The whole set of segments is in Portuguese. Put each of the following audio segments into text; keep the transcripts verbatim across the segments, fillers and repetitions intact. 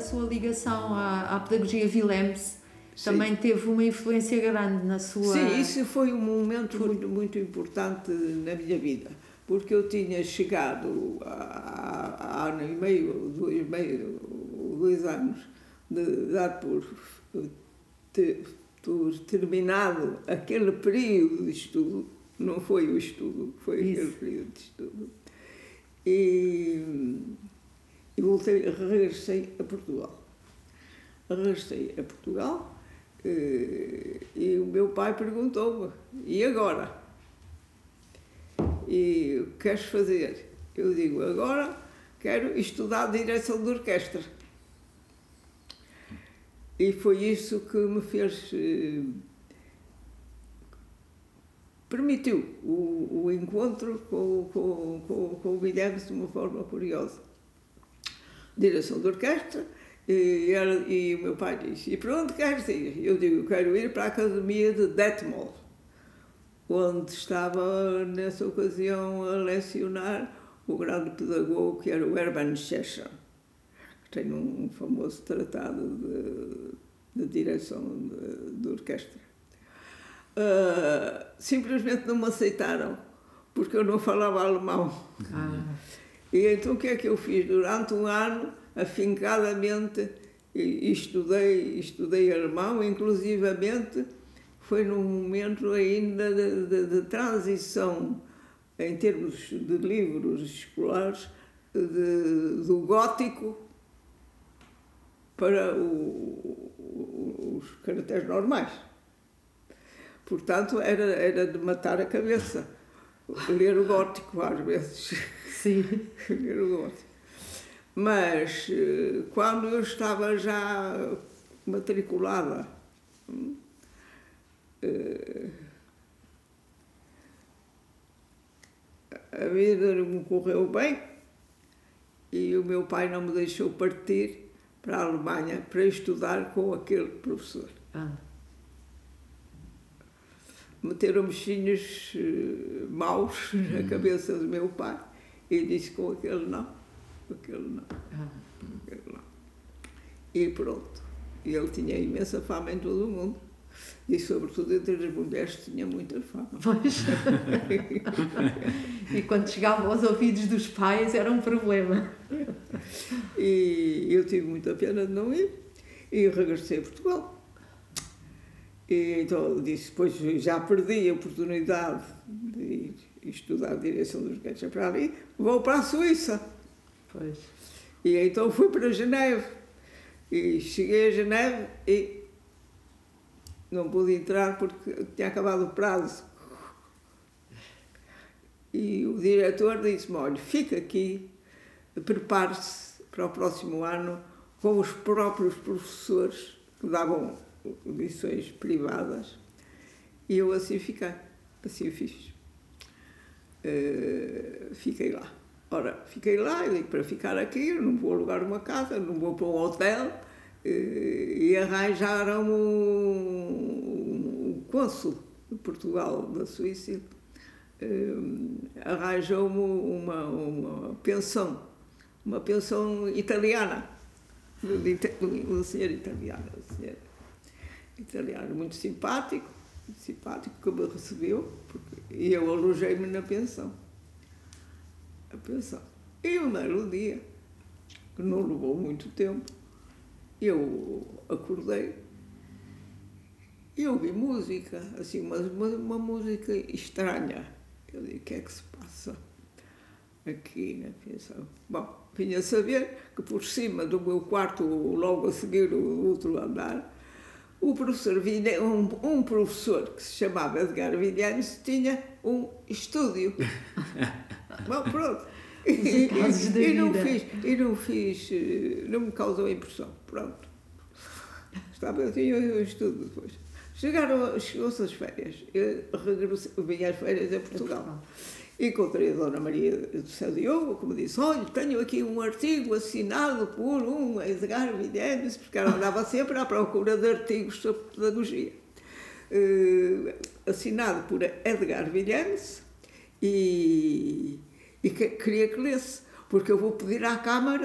sua ligação à, à pedagogia Vilhemse também teve uma influência grande na sua... Sim, isso foi um momento Por... muito, muito importante na minha vida, porque eu tinha chegado há, há ano e meio, dois, meio, dois anos, de dar por, ter, por terminado aquele período de estudo, não foi o estudo, foi isso. Aquele período de estudo, e, e voltei, regressei a Portugal. Regressei a Portugal, E, e o meu pai perguntou-me, e agora? E o que queres fazer? Eu digo, agora quero estudar direção de orquestra. E foi isso que me fez, eh, permitiu o, o encontro com, com, com, com o Vilhemse de uma forma curiosa. Direção de orquestra. E, ela, e o meu pai disse, e para onde queres ir? Eu digo, eu quero ir para a Academia de Detmold, onde estava, nessa ocasião, a lecionar o grande pedagogo que era o Hermann Scherchen, que tem um famoso tratado de, de direção de, de orquestra. Uh, simplesmente não me aceitaram, porque eu não falava alemão. Ah. E então o que é que eu fiz? Durante um ano, afincadamente, estudei, estudei alemão, inclusivamente foi num momento ainda de, de, de transição em termos de livros escolares de, do gótico para o, o, os caracteres normais. Portanto, era, era de matar a cabeça, ler o gótico às vezes. Sim. Ler o gótico. Mas, quando eu estava já matriculada, a vida não me correu bem e o meu pai não me deixou partir para a Alemanha para estudar com aquele professor. Ah. Meteram mexinhos maus na cabeça do meu pai e disse com aquele não. Aquele não. Ah. Aquele não. E pronto. E ele tinha imensa fama em todo o mundo. E, sobretudo, entre as mulheres tinha muita fama. Pois. E quando chegava aos ouvidos dos pais era um problema. E eu tive muita pena de não ir. E regressei a Portugal. E então disse, pois já perdi a oportunidade de ir estudar a direção dos orquestras para ali, vou para a Suíça. Pois. E então fui para Geneve. E cheguei a Geneve e não pude entrar porque tinha acabado o prazo. E o diretor disse-me, olha, fica aqui, prepare-se para o próximo ano com os próprios professores que davam lições privadas. E eu assim fiquei, assim fiz. Uh, fiquei lá. Ora, fiquei lá, eu digo, para ficar aqui, eu não vou alugar uma casa, não vou para um hotel, uh, e arranjaram um, um cônsul de Portugal, da Suíça, uh, arranjou-me uma, uma pensão, uma pensão italiana, um senhor italiano, um senhor italiano muito simpático, muito simpático, que me recebeu, porque, e eu alojei-me na pensão. A pensão. E um belo dia, que não levou muito tempo, eu acordei e ouvi música, assim, uma, uma, uma música estranha. Eu digo, o que é que se passa aqui na pensão? Bom, vim a saber que por cima do meu quarto, logo a seguir o outro andar, o professor, um, um professor que se chamava Edgar Vilhemse tinha um estúdio. Bom, pronto. E, e, e, não fiz, e não fiz, não me causou impressão. Pronto. Estava, eu tinha um estudo depois. Chegaram, chegou-se as férias. Eu regressei, vim às férias a Portugal. Encontrei a Dona Maria do Céu Diogo, que me disse, olha, tenho aqui um artigo assinado por um Edgar Vilhemse, porque ela andava sempre à procura de artigos sobre pedagogia. Uh, assinado por Edgar Vilhemse e, e que, queria que lesse, porque eu vou pedir à Câmara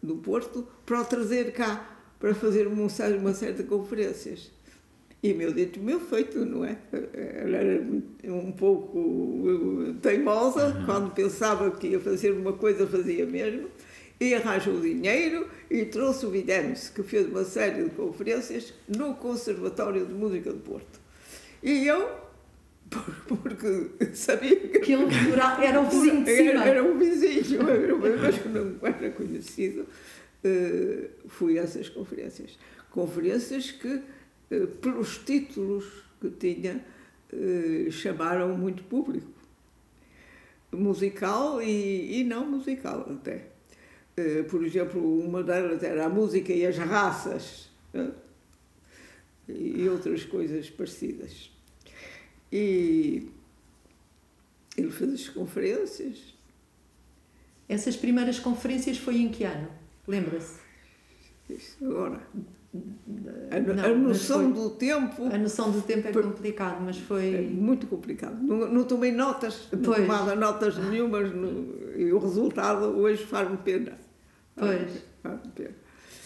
do Porto para o trazer cá, para fazer uma, uma série de conferências. E meu dito, meu feito, não é? Ela era um pouco teimosa, uhum. Quando pensava que ia fazer uma coisa, fazia mesmo. E arranjou o dinheiro e trouxe o Videms, que fez uma série de conferências no Conservatório de Música do Porto. E eu, porque sabia que... que ele era o vizinho de cima. Era, era um vizinho, mas que não era conhecido. Fui a essas conferências. Conferências que, pelos títulos que tinha, chamaram muito público. Musical e, e não musical até. Por exemplo, uma delas era a música e as raças, né? E outras coisas parecidas. E ele fez as conferências. Essas primeiras conferências foi em que ano? Lembra-se? Isso, agora. A, não, a noção foi, do tempo... A noção do tempo é complicado, mas foi... É muito complicado. Não, não tomei notas, pois. Não tomava notas nenhumas no, e o resultado hoje faz-me pena. Pois. Faz-me pena.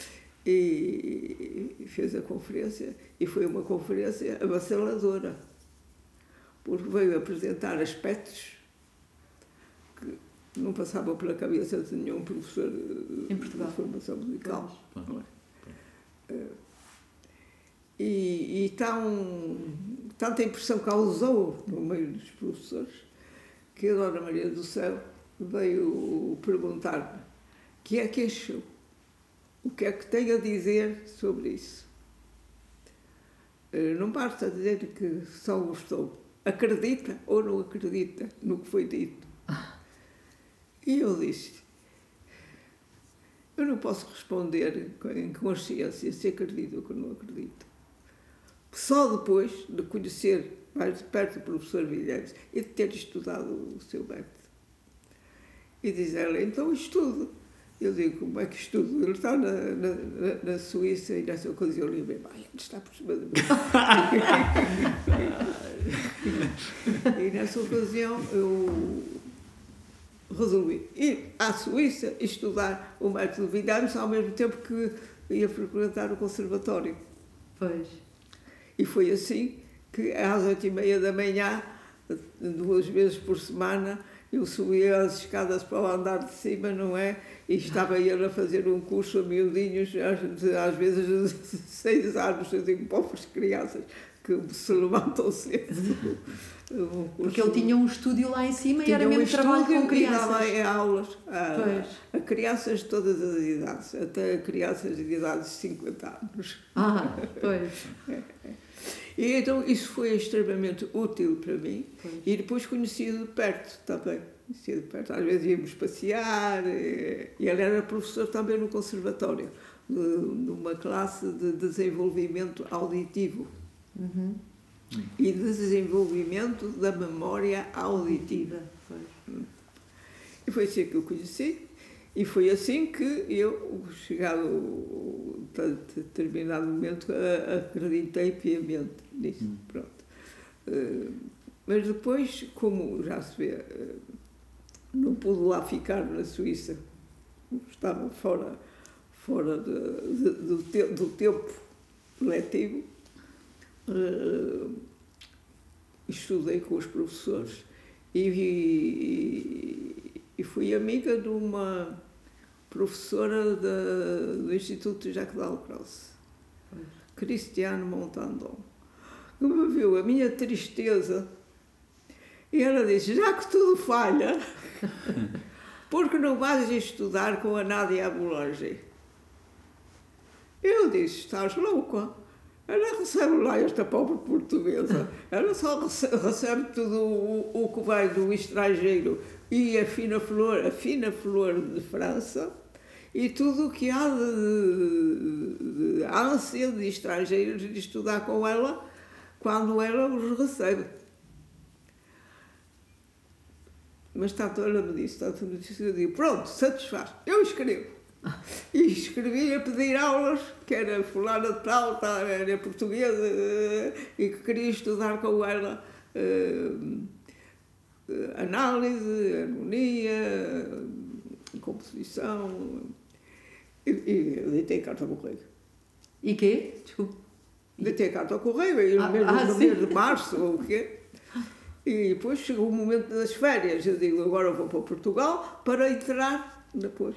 E, e fez a conferência, e foi uma conferência avassaladora, porque veio apresentar aspectos que não passavam pela cabeça de nenhum professor em Portugal. De formação musical. Não é? E, e tão, tanta impressão causou no meio dos professores que a Dona Maria do Céu veio perguntar-me o que é que achou, o que é que tem a dizer sobre isso. Não basta dizer que só gostou, acredita ou não acredita no que foi dito. E eu disse, eu não posso responder em consciência se acredito ou que não acredito. Só depois de conhecer mais de perto o professor Vilhena e de ter estudado o seu método. E diz ela, então estudo. Eu digo, como é que estudo? Ele está na, na, na Suíça e nessa ocasião eu lhe digo, ele está por cima de mim. E nessa ocasião eu resolvi ir à Suíça estudar o método Videms ao mesmo tempo que ia frequentar o conservatório. Pois. E foi assim que às oito e meia da manhã, duas vezes por semana, eu subia as escadas para o andar de cima, não é? E estava ele a fazer um curso a miudinhos, às, às vezes de seis anos, eu digo, pobres crianças que se levantam cedo. Um Porque ele tinha um estúdio lá em cima e era mesmo um trabalho com crianças. E dava aulas a, a crianças de todas as idades, até a crianças de idade de cinquenta anos. Ah, pois. É, é. E então isso foi extremamente útil para mim. Pois. E depois conheci-o de perto também. Conheci de perto. Às vezes íamos passear. E, e ele era professor também no conservatório, de, numa classe de desenvolvimento auditivo. Uhum. E de desenvolvimento da memória auditiva. Pois. E foi assim que eu conheci. E foi assim que eu, chegado a determinado momento, acreditei piamente nisso. Hum. Pronto. Uh, mas depois, como já se vê, uh, não pude lá ficar na Suíça, estava fora, fora de, de, do, te, do tempo letivo, uh, estudei com os professores e, e, e fui amiga de uma professora de, do Instituto Jacques Dalcroze, Cristiane Montandon, que me viu a minha tristeza e ela disse, já que tudo falha, por que não vais estudar com a Nádia Boulanger? Eu disse, estás louca? Ela recebe lá esta pobre portuguesa, ela só recebe, recebe tudo o, o que vai do estrangeiro e a fina flor, a fina flor de França e tudo o que há de, de, de ânsia de estrangeiros de estudar com ela quando ela os recebe. Mas tanto ela me disse, tanto me disse, eu digo, pronto, satisfaz, eu escrevo. E escrevi a pedir aulas, que era fulana de tal, era portuguesa, e que queria estudar com ela uh, análise, harmonia, composição. E, e eu deitei carta ao correio. E quê? Desculpe. Deitei carta ao correio, aí Ah, mesmo ah, no sim. mês de março, ou o quê? E depois chegou o momento das férias. Eu digo, agora vou para Portugal para entrar depois.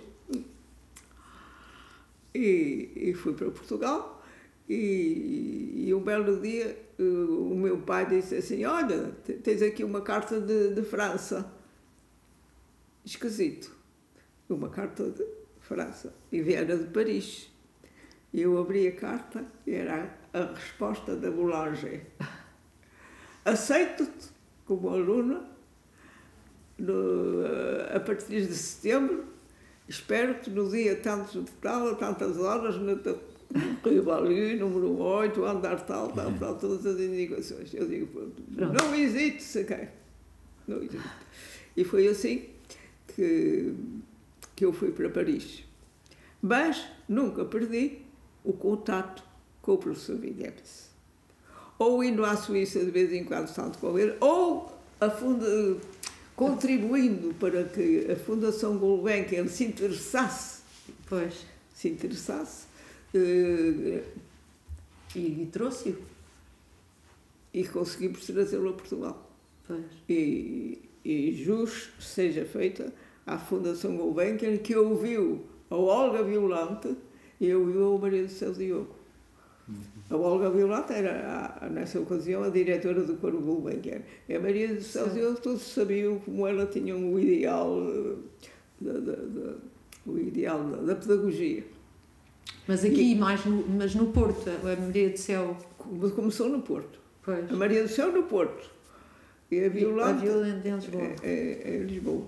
E, e fui para Portugal e, e um belo dia o meu pai disse assim, olha, tens aqui uma carta de, de França. Esquisito. Uma carta de França. E Viena de Paris. E eu abri a carta e era a resposta da Boulanger. Aceito-te como aluna no, a partir de setembro. Espero-te no dia tanto de tal, a tantas horas, no Rio Bali, número oito, andar tal, tal, tal, todas as indicações. Eu digo, pronto, não hesite, se quer. Não hesite. E foi assim que, que eu fui para Paris. Mas nunca perdi o contato com o professor Wilhelms. Ou indo à Suíça de vez em quando, tanto com ele, ou a funda, contribuindo para que a Fundação Gulbenkian se interessasse, Pois. se interessasse, uh, E, e trouxe-o. e conseguimos trazê-lo a Portugal. Pois. E, e jus seja feita à Fundação Gulbenkian, que ouviu a Olga Violante e ouviu a Maria do Céu Diogo. A Olga Violante era, nessa ocasião, a diretora do Coro Gulbenkian. E a Maria do Céu Diogo, todos sabiam como ela tinha o ideal, da, da, da, o ideal da, da pedagogia. Mas aqui, E, mais no, mas no Porto, a Maria do Céu. começou no Porto. Pois. A Maria do Céu no Porto. E a Violante, a Violante em Lisboa. É, é, é Lisboa.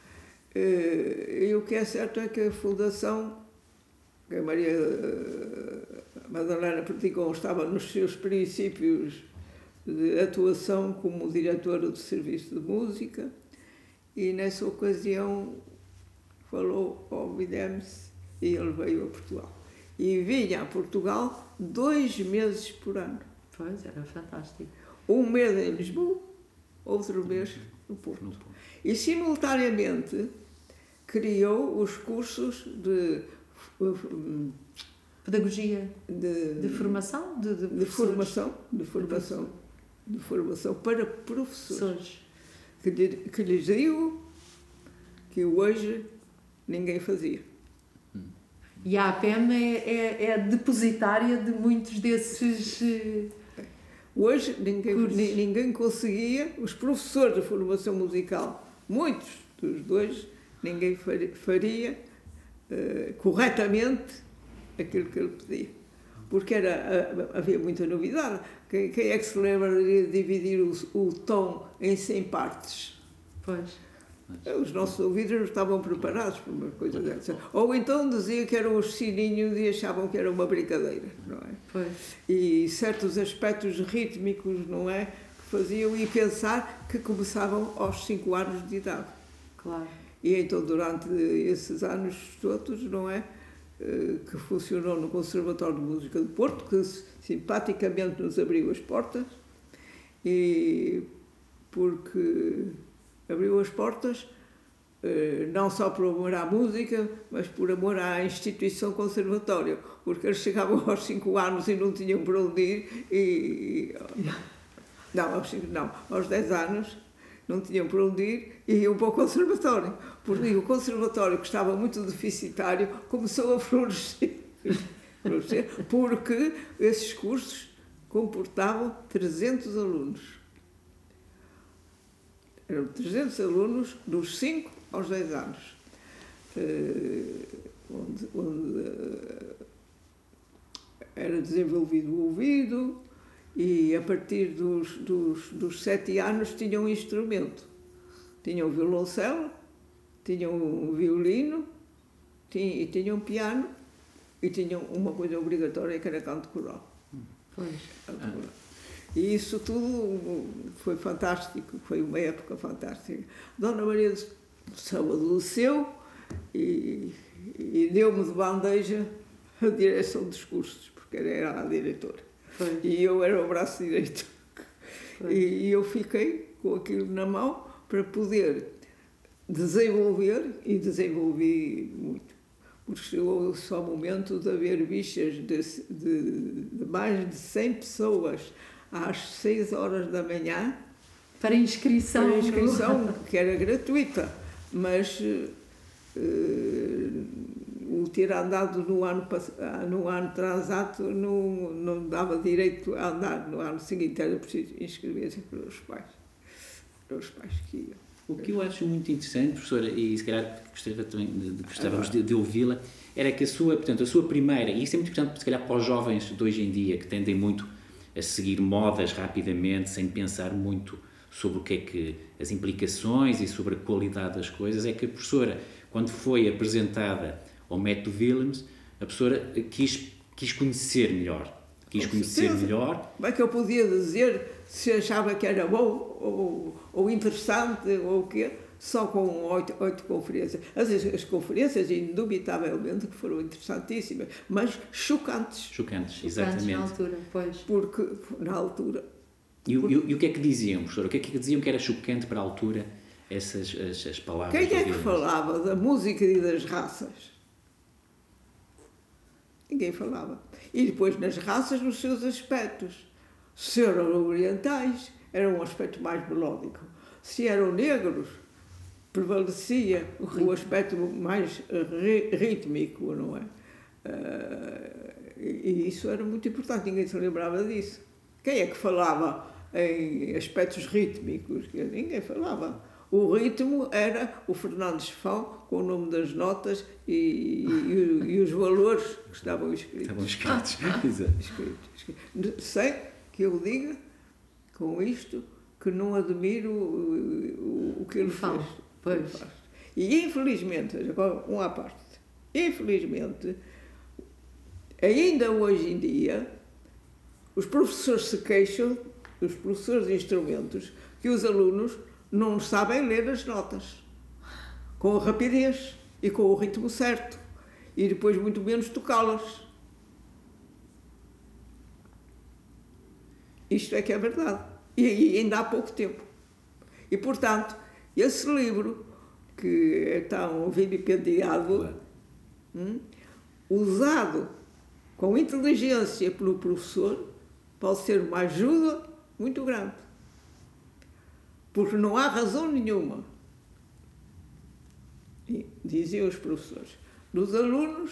E o que é certo é que a Fundação, que a Maria Madalena Perdigão estava nos seus princípios de atuação como diretora do Serviço de Música, e nessa ocasião falou ao Wilhelms e ele veio a Portugal. E vinha a Portugal dois meses por ano. Pois, era fantástico. Um mês em Lisboa, outro mês no Porto. E, simultaneamente, criou os cursos de... Pedagogia de, de formação? De, de, de formação, de formação, de formação para professores. Que, que lhes digo que hoje ninguém fazia. E a A P E M é, é, é depositária de muitos desses... Hoje ninguém, ninguém conseguia, os professores de formação musical, muitos dos dois, ninguém faria uh, corretamente aquilo que ele pedia. Porque era, uh, havia muita novidade. Quem, quem é que se lembra de dividir o, o tom em cem partes? Pois. Os nossos ouvidos não estavam preparados para uma coisa dessa. Ou então dizia que eram os sininhos e achavam que era uma brincadeira, não é? Pois. E certos aspectos rítmicos, não é? Que faziam e pensar que começavam aos cinco anos de idade. Claro. E então, durante esses anos todos, não é? Que funcionou no Conservatório de Música de Porto, que simpaticamente nos abriu as portas, e porque abriu as portas não só por amor à música, mas por amor à instituição conservatória, porque eles chegavam aos cinco anos e não tinham para onde ir, e, não, aos cinco, não, aos dez anos não tinham para onde ir e iam para o conservatório, porque o conservatório, que estava muito deficitário, começou a florescer, florescer porque esses cursos comportavam trezentos alunos. Eram trezentos alunos dos cinco aos dez anos, onde, onde era desenvolvido o ouvido, e a partir dos, dos, dos sete anos tinham um instrumento. Tinham um violoncelo, tinham um violino, tinham, e tinham um piano, e tinham uma coisa obrigatória que era canto coral. Pois. Canto coral. E isso tudo foi fantástico, foi uma época fantástica. Dona Maria do Céu adoeceu e, e deu-me de bandeja a direção dos cursos, porque era a diretora. Foi. E eu era o braço direito. E, e eu fiquei com aquilo na mão para poder desenvolver, e desenvolvi muito, porque chegou-se ao momento de haver bichas de, de, de mais de cem pessoas às seis horas da manhã. Para inscrição. Para inscrição, que era gratuita, mas uh, o ter andado no ano, no ano transato não, não dava direito a andar no ano seguinte, era preciso inscrever-se para os pais, para os pais que iam. O que eu acho muito interessante, professora, e se calhar gostava também de, de, gostávamos de, de ouvi-la, era que a sua, portanto, a sua primeira, e isso é muito importante se calhar para os jovens de hoje em dia, que tendem muito a seguir modas rapidamente, sem pensar muito sobre o que é que as implicações e sobre a qualidade das coisas, é que a professora, quando foi apresentada ao método Willems, a professora quis, quis conhecer melhor, quis conhecer melhor. Como é que eu podia dizer se achava que era bom ou, ou interessante ou o quê? Só com oito, oito conferências. As, as conferências, indubitavelmente, que foram interessantíssimas, mas chocantes. Chocantes, chocantes exatamente. na altura, pois. Porque, na altura... E, porque... e, e o que é que diziam, professora? O que é que diziam que era chocante para a altura essas as, as palavras? Quem é que falava da música e das raças? Ninguém falava. E depois nas raças, nos seus aspectos. Se eram orientais, era um aspecto mais melódico. Se eram negros, prevalecia o, o aspecto mais rítmico, não é? Uh, e isso era muito importante, ninguém se lembrava disso. Quem é que falava em aspectos rítmicos? Ninguém falava. O ritmo era o Fernandes Fão, com o nome das notas e, e, e os valores que estavam escritos. Estavam escritos. escritos, escritos. Sei que eu diga, com isto, que não admiro o, o, o que ele Fão, fez. pois. Faz. E infelizmente, agora um à parte, infelizmente, ainda hoje em dia, os professores se queixam, os professores de instrumentos, que os alunos não sabem ler as notas com a rapidez e com o ritmo certo e depois muito menos tocá-las. Isto é que é verdade. E, e ainda há pouco tempo. E, portanto, esse livro, que é tão vilipendiado, hum, usado com inteligência pelo professor, pode ser uma ajuda muito grande. Porque não há razão nenhuma, diziam os professores, dos alunos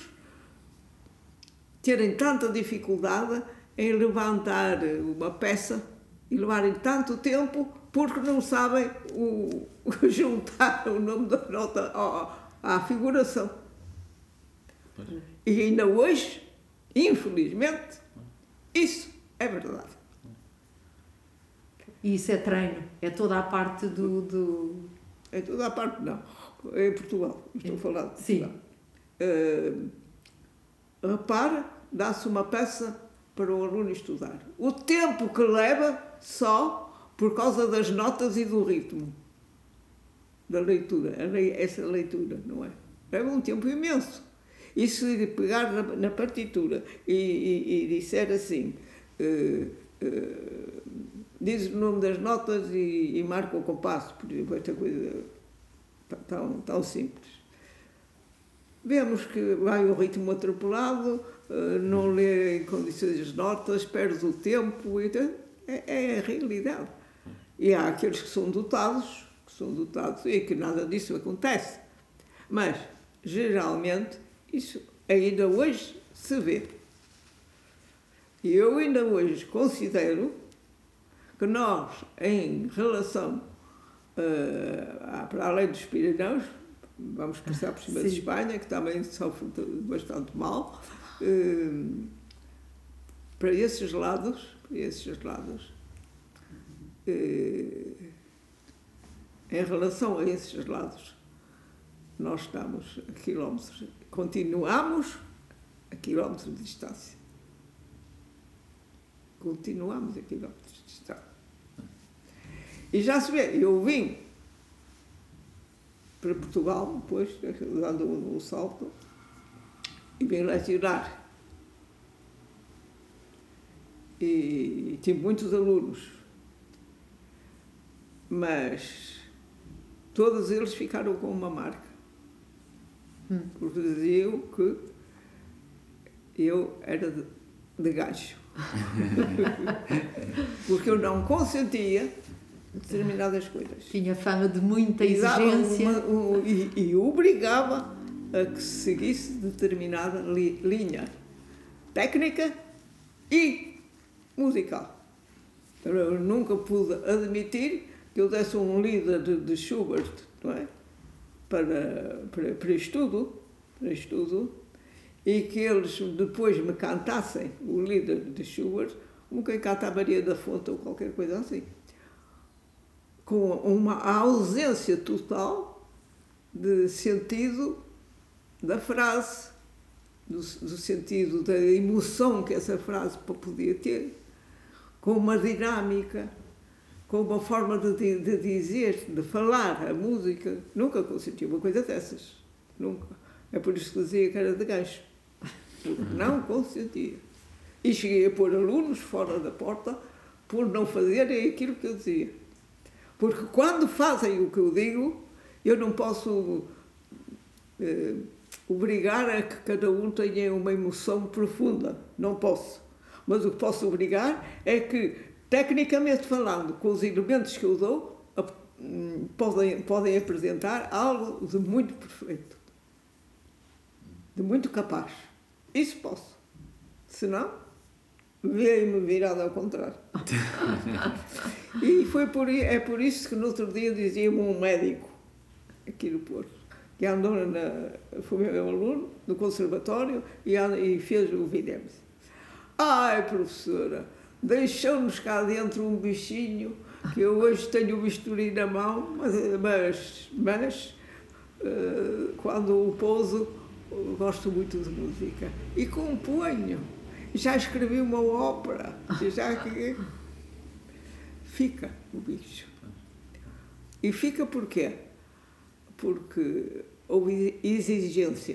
terem tanta dificuldade em levantar uma peça e levarem tanto tempo porque não sabem o, juntar o nome da nota à, à figuração. E ainda hoje, infelizmente, isso é verdade. E isso é treino, é toda a parte do... do... É toda a parte, não. É em Portugal, estou a falar de Portugal. Sim. Uh, repara, dá-se uma peça para o aluno estudar. O tempo que leva só por causa das notas e do ritmo da leitura, essa leitura, não é? Leva um tempo imenso. E se pegar na, na partitura e, e, e disser assim... Uh, uh, diz o nome das notas e, e marca o compasso, por exemplo, esta coisa tão, tão simples. Vemos que vai o ritmo atropelado, não lê em condições as notas, perde o tempo, então é, é a realidade. E há aqueles que são dotados, que são dotados e que nada disso acontece. Mas, geralmente, isso ainda hoje se vê. E eu ainda hoje considero que nós, em relação, uh, para além dos Pirineus, vamos passar por cima Sim. de Espanha, que também sofre bastante mal, uh, para esses lados, para esses lados, uh, em relação a esses lados, nós estamos a quilómetros, continuamos a quilómetros de distância. Continuamos a quilómetros de distância. E já se vê, eu vim para Portugal, depois, dando o um, um salto, e vim lecionar. E, e tive muitos alunos, mas todos eles ficaram com uma marca. Hum. Porque diziam que eu era de, de gajo. Porque eu não consentia determinadas coisas. Tinha fama de muita E dava exigência. uma- um- e, e obrigava a que se seguisse determinada li- linha técnica e musical. Eu nunca pude admitir que eu desse um líder de, de Schubert, não é? Para, para, para estudo, para estudo, e que eles depois me cantassem o líder de Schubert, como quem canta a Maria da Fonte ou qualquer coisa assim, com uma ausência total de sentido da frase, do, do sentido da emoção que essa frase podia ter, com uma dinâmica, com uma forma de, de dizer, de falar a música. Nunca consenti uma coisa dessas. Nunca. É por isso que dizia que era de gajo. Porque não consentia. E cheguei a pôr alunos fora da porta por não fazerem aquilo que eu dizia. Porque quando fazem o que eu digo, eu não posso eh, obrigar a que cada um tenha uma emoção profunda. Não posso. Mas o que posso obrigar é que, tecnicamente falando, com os elementos que eu dou, a, hum, podem, podem apresentar algo de muito perfeito. De muito capaz. Isso posso. Se não, veio-me virado ao contrário. E foi por, é por isso que no outro dia dizia-me um médico, aqui no Porto, que andou na, foi meu aluno no conservatório e, e fez o Videme. Ai, professora, deixou-nos cá dentro um bichinho, que eu hoje tenho o bisturi na mão, mas, mas, mas uh, quando o pouso, gosto muito de música. E componho. Já escrevi uma ópera. Já que... Fica o bicho. E fica porquê? Porque houve exigência.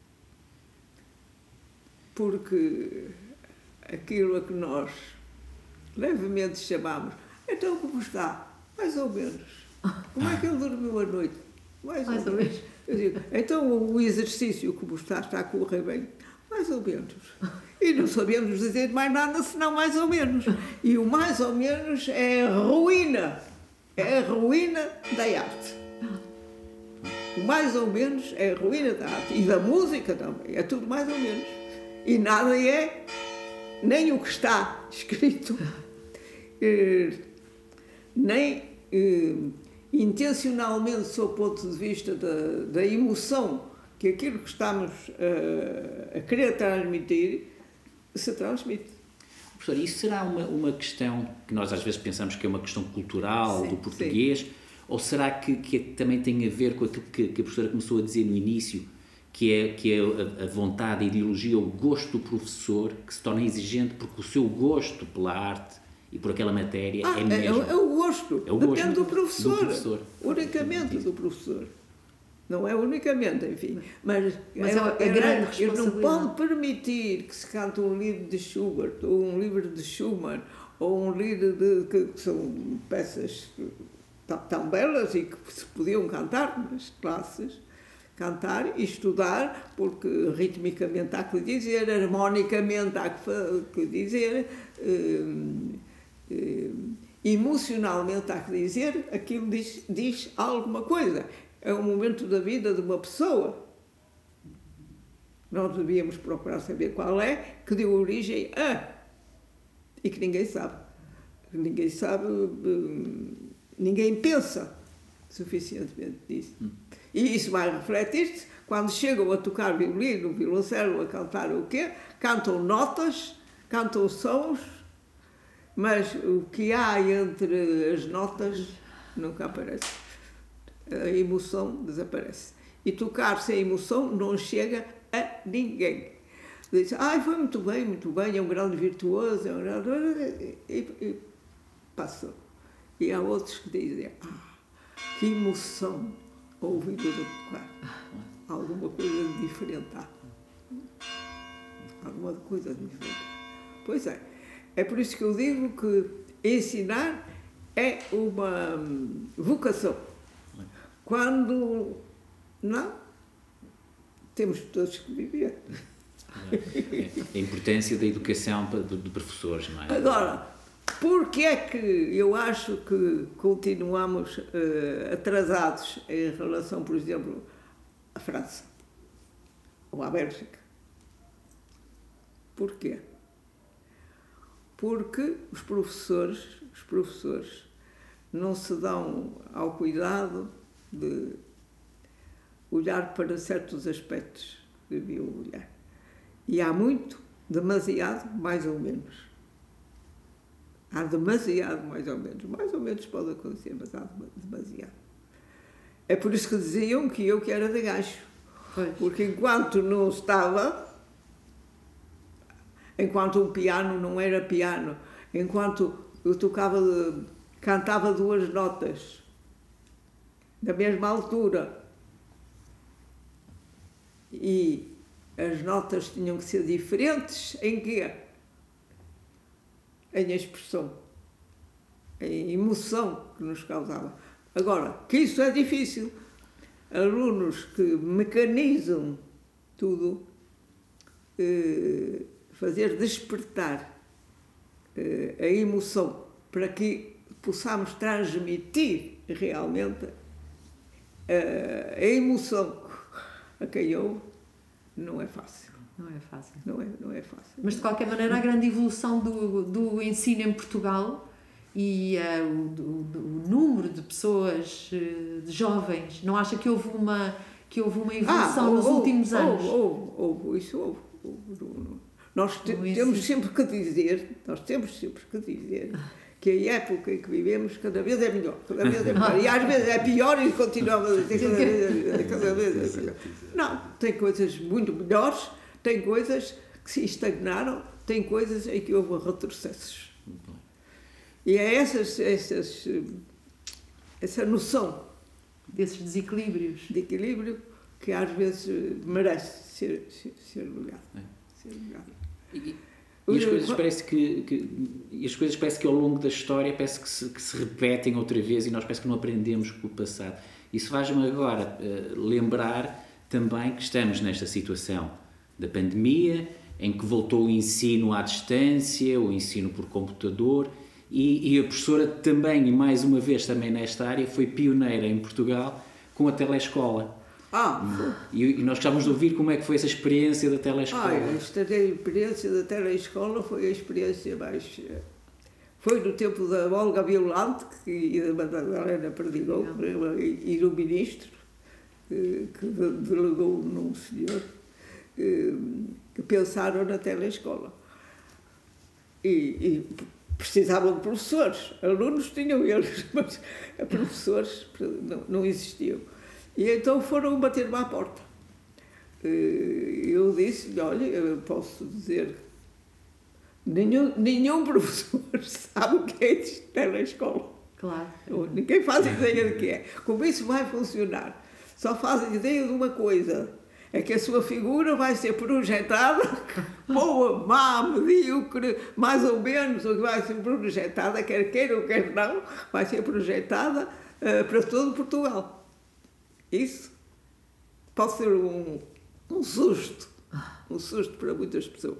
Porque aquilo a que nós levemente chamamos, então como está? Mais ou menos. Como é que ele dormiu à noite? Mais, Mais ou, ou menos. menos. Eu digo, então o exercício como está, está a correr bem? Mais ou menos. E não sabemos dizer mais nada senão mais ou menos. E o mais ou menos é a ruína. É a ruína da arte. O mais ou menos é a ruína da arte. E da música também. É tudo mais ou menos. E nada é nem o que está escrito, eh, nem eh, intencionalmente, sob o ponto de vista da, da emoção que aquilo que estamos uh, a querer transmitir se transmite. Professor, isso será uma, uma questão que nós às vezes pensamos que é uma questão cultural, sim, do português, sim. Ou será que, que também tem a ver com aquilo que, que a professora começou a dizer no início, que é, que é a, a vontade, a ideologia, o gosto do professor, que se torna exigente porque o seu gosto pela arte e por aquela matéria ah, é mesmo. É, é o gosto, é o gosto depende do professor, do professor. Unicamente do professor. Não é unicamente, enfim. Mas, mas é, é, é, é grande eu não pode permitir que se cante um livro de Schubert, ou um livro de Schumann, ou um livro de, que, que são peças tão, tão belas e que se podiam cantar nas classes, cantar e estudar, porque ritmicamente há que dizer, harmonicamente há que, que dizer, eh, eh, emocionalmente há que dizer, aquilo diz, diz alguma coisa. É um momento da vida de uma pessoa. Nós devíamos procurar saber qual é, que deu origem a, e que ninguém sabe. Ninguém sabe, ninguém pensa suficientemente disso. Hum. E isso vai refletir-se quando chegam a tocar violino, violoncelo, a cantar o quê? Cantam notas, cantam sons, mas o que há entre as notas nunca aparece. A emoção desaparece. E tocar sem emoção não chega a ninguém. Diz, ai, foi muito bem, muito bem, é um grande virtuoso, é um grande... E, e passou. E há outros que dizem, ah, que emoção ouvir o tocar. Alguma coisa diferente há. Alguma coisa diferente. Pois é. É por isso que eu digo que ensinar é uma vocação. Quando não, temos todos que viver. A importância da educação de, de professores, não é? Agora, porque é que eu acho que continuamos uh, atrasados em relação, por exemplo, à França ou à Bélgica? Porquê? Porque os professores, os professores não se dão ao cuidado de olhar para certos aspectos que deviam olhar. E há muito, demasiado, mais ou menos. Há demasiado, mais ou menos. Mais ou menos pode acontecer, mas há demasiado. É por isso que diziam que eu que era de gajo. Pois. Porque enquanto não estava, enquanto um piano não era piano, enquanto eu tocava, cantava duas notas, da mesma altura, e as notas tinham que ser diferentes, em quê? Em expressão, em emoção que nos causava. Agora, que isso é difícil. Alunos que mecanizam tudo, eh, fazer despertar eh, a emoção para que possamos transmitir realmente eh, a emoção a quem ouve, não é fácil. Não é fácil. Não é, não é fácil. Mas, de qualquer maneira, a grande evolução do, do ensino em Portugal e uh, o, o, o número de pessoas, uh, de jovens, não acha que houve uma, que houve uma evolução ah, nos houve, últimos anos? Houve, houve, houve, isso houve. houve. Nós te, temos sempre que dizer, nós temos sempre que dizer que a época em que vivemos cada vez é melhor, cada vez é melhor. E às vezes é pior e continuamos a dizer cada vez é cada vez é melhor. Não, tem coisas muito melhores, tem coisas que se estagnaram, tem coisas em que houve retrocessos. E é essas, essas, essa noção desses desequilíbrios de equilíbrio que às vezes merece ser, ser, ser olhado. É. Ser olhado. E, e as coisas parece que, que as coisas parece que ao longo da história parece que se, que se repetem outra vez e nós parece que não aprendemos com o passado. Isso faz-me agora uh, lembrar também que estamos nesta situação da pandemia, em que voltou o ensino à distância, o ensino por computador, e, e a professora também, e mais uma vez também nesta área, foi pioneira em Portugal com a telescola. Ah, e, e nós gostávamos de ouvir como é que foi essa experiência da telescola. Ah, esta experiência da telescola foi a experiência mais... Foi no tempo da Olga Violante e da Madalena Perdigão, e do ministro, que delegou num senhor, que pensaram na telescola. E, e precisavam de professores. Alunos tinham eles, mas professores não, não existiam. E então foram bater-me à porta. Eu disse, olha, eu posso dizer, nenhum, nenhum professor sabe o que é telescola. Claro. Ninguém faz ideia de que é. Como isso vai funcionar? Só fazem ideia de uma coisa, é que a sua figura vai ser projetada, boa, má, medíocre, mais ou menos, ou que vai ser projetada, quer queira ou quer não, vai ser projetada uh, para todo Portugal. Isso pode ser um, um susto, um susto para muitas pessoas.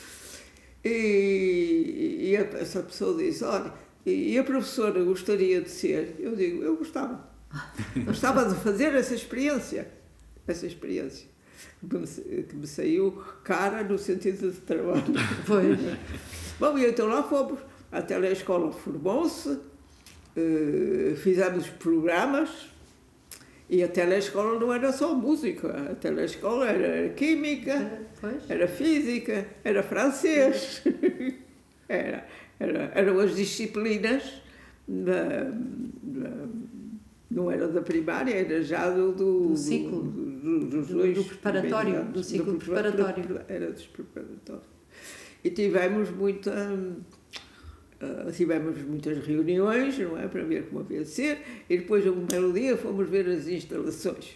E, e a, essa pessoa diz, olha, e a professora gostaria de ser? Eu digo, eu gostava. Gostava de fazer essa experiência, essa experiência, que me, que me saiu cara no sentido de trabalho. Pois. Bom, e então lá fomos, a telescola formou-se, uh, fizemos programas, e a telescola não era só música, a telescola era química, pois. Era física, era francês, era, era, eram as disciplinas da, da não era da primária, era já do, do, do ciclo, do, do, dos do, dois do preparatório, anos, do ciclo do preparatório. Era dos preparatórios. E tivemos muita, uh, tivemos muitas reuniões, não é, para ver como havia de ser, e depois, um belo dia, fomos ver as instalações.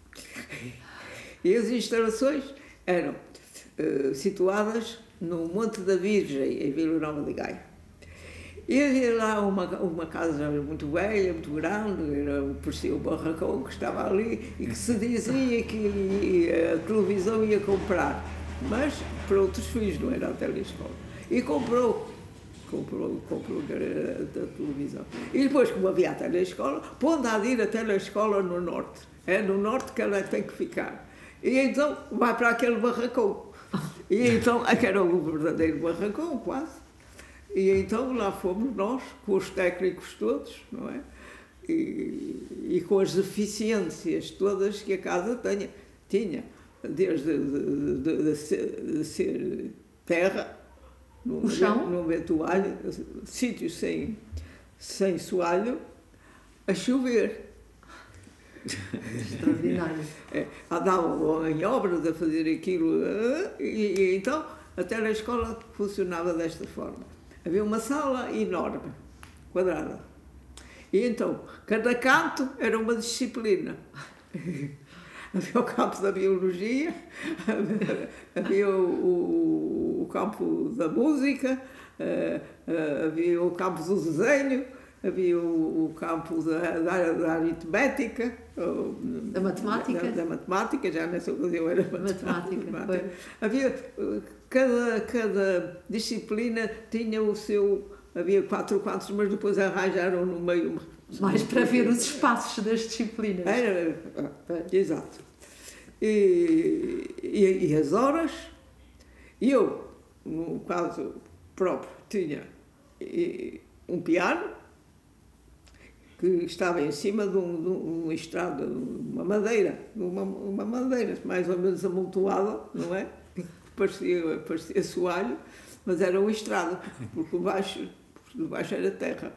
E as instalações eram uh, situadas no Monte da Virgem, em Vila Nova de Gaia. E havia lá uma, uma casa muito velha, muito grande, era, parecia o barracão que estava ali e que se dizia que a televisão ia comprar, mas para outros filhos, não era a telescola. E comprou, comprou, comprou a, a televisão. E depois, como havia a telescola, pôde a ir a telescola no norte. É no norte que ela tem que ficar. E então vai para aquele barracão. E então, aquele era o verdadeiro barracão, quase. E então lá fomos nós, com os técnicos todos, não é? E, e com as deficiências todas que a casa tinha, tinha desde de, de, de, ser, de ser terra, não haver toalha, sítios sem, sem soalho, a chover. Extraordinário. É, andavam em obras a fazer aquilo, e, e então a telescola funcionava desta forma. Havia uma sala enorme, quadrada. E então, cada canto era uma disciplina. Havia o campo da biologia, havia o, o, o campo da música, havia o campo do desenho, havia o, o campo da, da, da aritmética, da matemática. Da, da matemática, já nessa ocasião era matemática. matemática havia, cada, cada disciplina tinha o seu, havia quatro quadros, mas depois arranjaram no meio. Mais para ver os espaços das disciplinas. Era, era exato. E, e, e as horas, eu, no caso próprio, tinha um piano, que estava em cima de um, de um estrado, uma madeira, uma, uma madeira mais ou menos amontoada, não é? Parecia, parecia soalho, mas era um estrado, porque baixo, porque baixo era terra.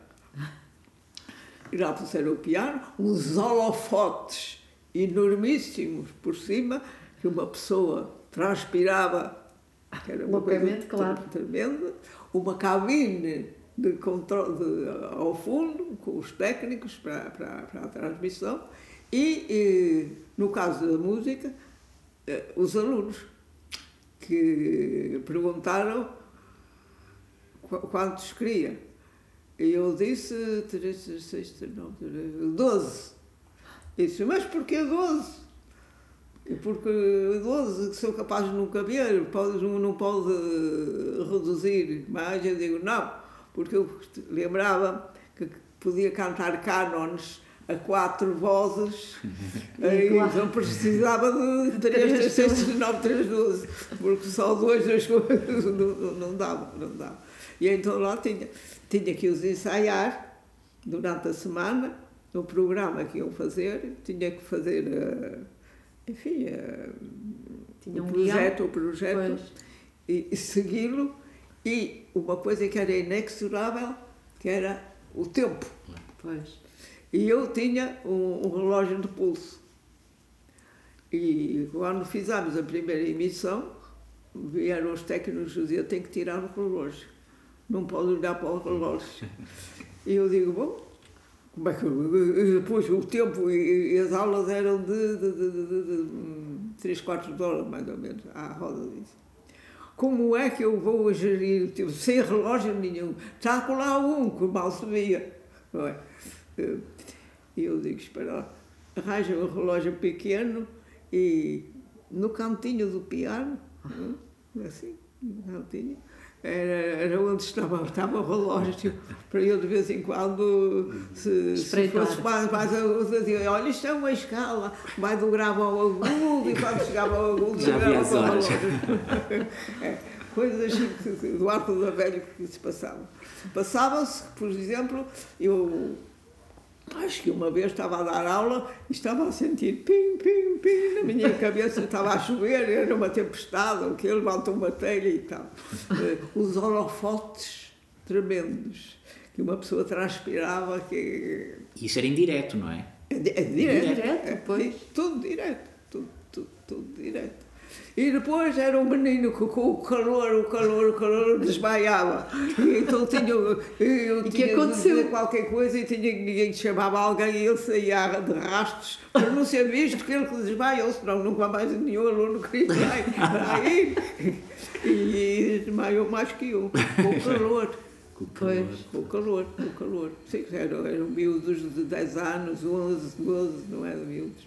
E lá puseram o piano, uns holofotes enormíssimos por cima, que uma pessoa transpirava, que era uma coisa claro. tremenda, uma cabine de controle de, ao fundo, com os técnicos para, para, para a transmissão, e, e, no caso da música, os alunos, que perguntaram quantos queria. E eu disse três, seis, nove, doze. E disse, mas porquê doze? E porque doze, que sou capaz de não caber, pode, não pode reduzir mais. Eu digo, não, porque eu lembrava que podia cantar cânones a quatro vozes, e claro. Não precisava de três, três, seis, nove, três, doze, porque só dois das coisas não, não dava, não dava. E então lá tinha, tinha que os ensaiar durante a semana, no programa que iam fazer, tinha que fazer, enfim, tinha o um projeto, guião. o projeto, e, e segui-lo, e uma coisa que era inexorável, que era o tempo. Pois. E eu tinha um, um relógio de pulso. E quando fizemos a primeira emissão, vieram os técnicos e diziam, tem que tirar o relógio. Não pode olhar para o relógio. E eu digo, bom, como é que eu... E depois o tempo e, e as aulas eram de, de, de, de, de, de três quartos de hora, mais ou menos, à roda disso. Como é que eu vou gerir o tempo sem relógio nenhum? Está lá um, que mal se via. Não é? E eu digo, espera lá, arranja um relógio pequeno e no cantinho do piano, assim, no cantinho, era, era onde estava, estava o relógio, para eu de vez em quando, se, se fosse mais, mais eu dizia, olha, isto é uma escala, vai do grave ao agudo, e quando chegava ao agudo, chegava para o relógio. É, coisas assim, do arco da velha que se passavam. Passava-se, por exemplo, eu... Acho que uma vez estava a dar aula e estava a sentir pim, pim, pim na minha cabeça, estava a chover, era uma tempestade, o que levantou uma telha e tal. Os holofotes tremendos, que uma pessoa transpirava. Que... Isso era indireto, não é? É, é direto, é direto é, pois. Tudo direto, tudo, tudo, tudo direto. E depois era um menino que com o calor, o calor, o calor desmaiava. E então tinha, eu e tinha que aconteceu? de dizer qualquer coisa e tinha ninguém que chamava alguém e ele saía de rastros para não ser visto que ele desmaiou, senão nunca mais nenhum aluno queria ir. E desmaiou mais que eu, com o calor. Com o calor. Pois. Com o calor, com o calor. Sim, eram, eram miúdos de dez anos, onze, doze, não eram miúdos.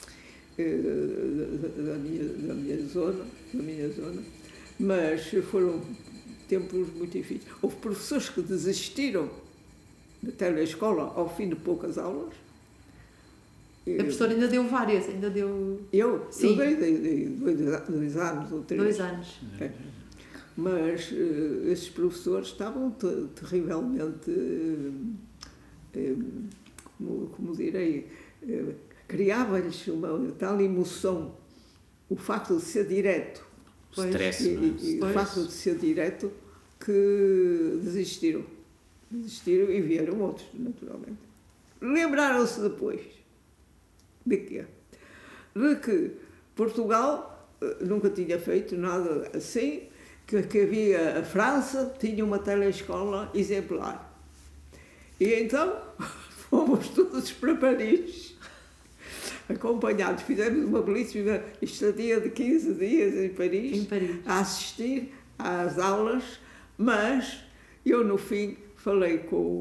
Da, da, minha, da minha zona, da minha zona. Mas foram tempos muito difíceis. Houve professores que desistiram da telescola ao fim de poucas aulas. A professora ainda deu várias, ainda deu... Eu? Sim. Eu dei, dei, dei dois, dois anos ou três. Dois anos. É. Mas uh, esses professores estavam te, terrivelmente, uh, uh, como, como direi, uh, criava-lhes uma tal emoção, o facto de ser direto. O stress, e, não é? e, e o facto de ser direto, que desistiram. Desistiram e vieram outros, naturalmente. Lembraram-se depois de quê? De que Portugal uh, nunca tinha feito nada assim, que, que havia a França, tinha uma telescola exemplar. E então fomos todos para Paris, acompanhados, fizemos uma belíssima estadia de quinze dias em Paris, Em Paris. a assistir às aulas, mas eu no fim falei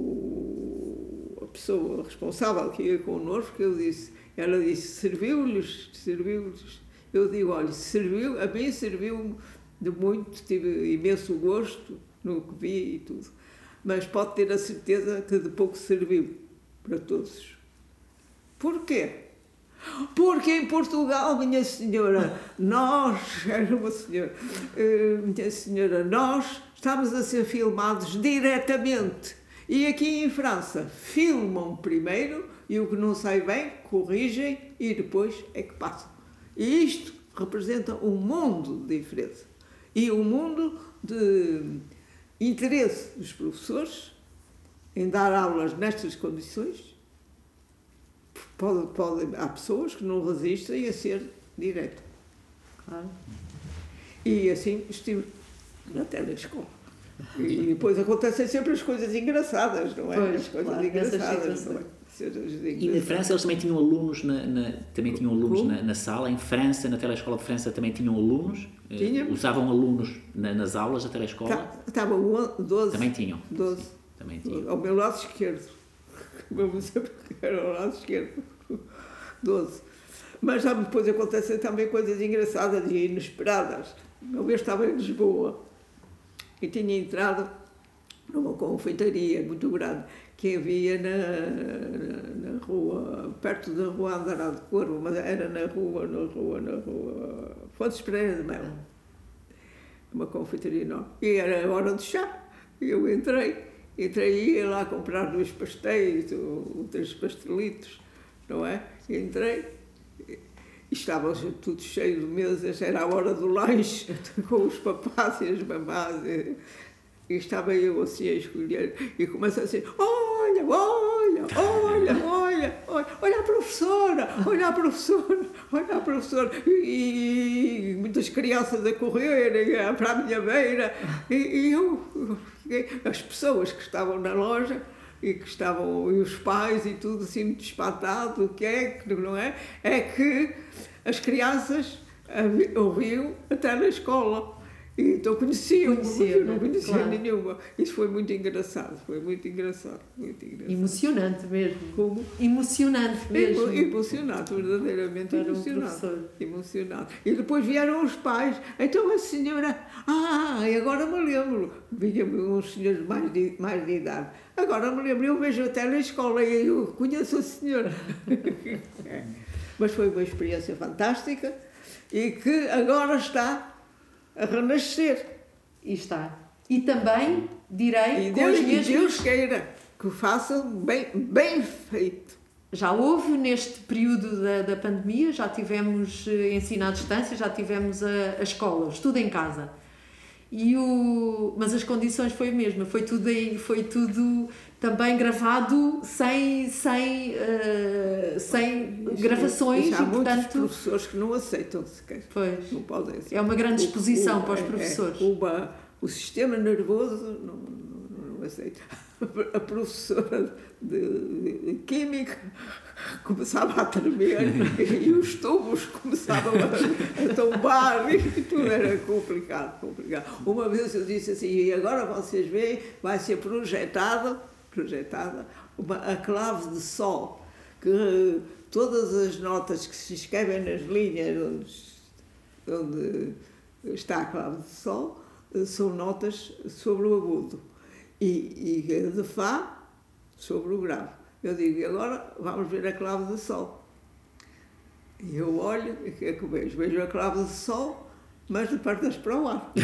com a pessoa responsável que ia connosco, eu disse, ela disse, serviu-lhes, serviu-lhes. Eu digo, olha, serviu, a mim serviu de muito, tive imenso gosto no que vi e tudo. Mas pode ter a certeza que de pouco serviu para todos. Porquê? Porque em Portugal, minha senhora, nós, era uma senhora, minha senhora, nós estamos a ser filmados diretamente. E aqui em França, filmam primeiro e o que não sai bem, corrigem e depois é que passam. E isto representa um mundo de diferença. E um mundo de interesse dos professores em dar aulas nestas condições. Pode, pode, há pessoas que não resistem a ser direto. Claro. E assim estive na telescola. E, e depois acontecem sempre as coisas engraçadas, não é? Pois, as coisas claro, engraçadas, não é? E na França eles também tinham alunos, na, na, também tinham alunos na, na sala. Em França, na telescola de França, também tinham alunos. Tinha. Uh, usavam alunos na, nas aulas da telescola. Estavam doze. Também tinham. doze. Também tinham. Ao meu lado esquerdo. Vamos sempre que era ao lado esquerdo. doze. Mas já depois acontecem também coisas engraçadas e inesperadas. Uma vez estava em Lisboa e tinha entrado numa confeitaria muito grande que havia na, na, na rua, perto da rua Andará de Corvo, mas era na rua, na rua, na rua Fontes Pereira de Melo. Uma confeitaria enorme. E era a hora do chá. E eu entrei, entrei e ia lá comprar dois pastéis, ou três pastelitos, não é? E entrei e estava tudo cheio de mesas, era a hora do lanche, com os papás e as mamás. E, e estava eu assim a escolher e começa assim, olha, olha, olha, olha, olha, olha a professora, olha a professora, olha a professora. E, e muitas crianças a correrem para a minha beira. E, e eu, as pessoas que estavam na loja e que estavam, e os pais e tudo assim muito espantado, o que é que não é? É que as crianças ouviam até na escola. E então conheciam, Conhecia, não conhecia claro. nenhuma. Isso foi muito engraçado, foi muito engraçado, muito engraçado. Emocionante mesmo. Como? Emocionante mesmo. Emo- Emocionado, verdadeiramente Para um emocionado. professor. Emocionado. E depois vieram os pais. Então a senhora, ah, e agora me lembro. Vinham uns senhores mais de, mais de idade. Agora me lembro, eu vejo até na escola e eu conheço a senhora. É. Mas foi uma experiência fantástica e que agora está a renascer. E está. E também, direi, E com Deus, os e mesmos... Deus queira que o façam bem, bem feito. Já houve neste período da, da pandemia, já tivemos eh, ensino à distância, já tivemos a, a escola, o estudo em casa. E o, mas as condições foi a mesma, foi tudo, em, foi tudo também gravado sem, sem, uh, sem Isso, gravações isso há e, muitos portanto... professores que não aceitam sequer. Pois. Não podem aceitar. É uma grande exposição o, para os é, professores. É, uma, o sistema nervoso não, não, aceito. A professora de, de Química começava a tremer e os tubos começavam a, a tombar e tudo era complicado, complicado. Uma vez eu disse assim, e agora vocês veem, vai ser projetada, projetada uma, a clave de sol, que todas as notas que se escrevem nas linhas onde, onde está a clave de sol são notas sobre o agudo e, e de Fá sobre o grave. Eu digo, e agora vamos ver a clave de sol. E eu olho, e o que é que eu vejo? Vejo a clave de sol, mas de pernas para o ar.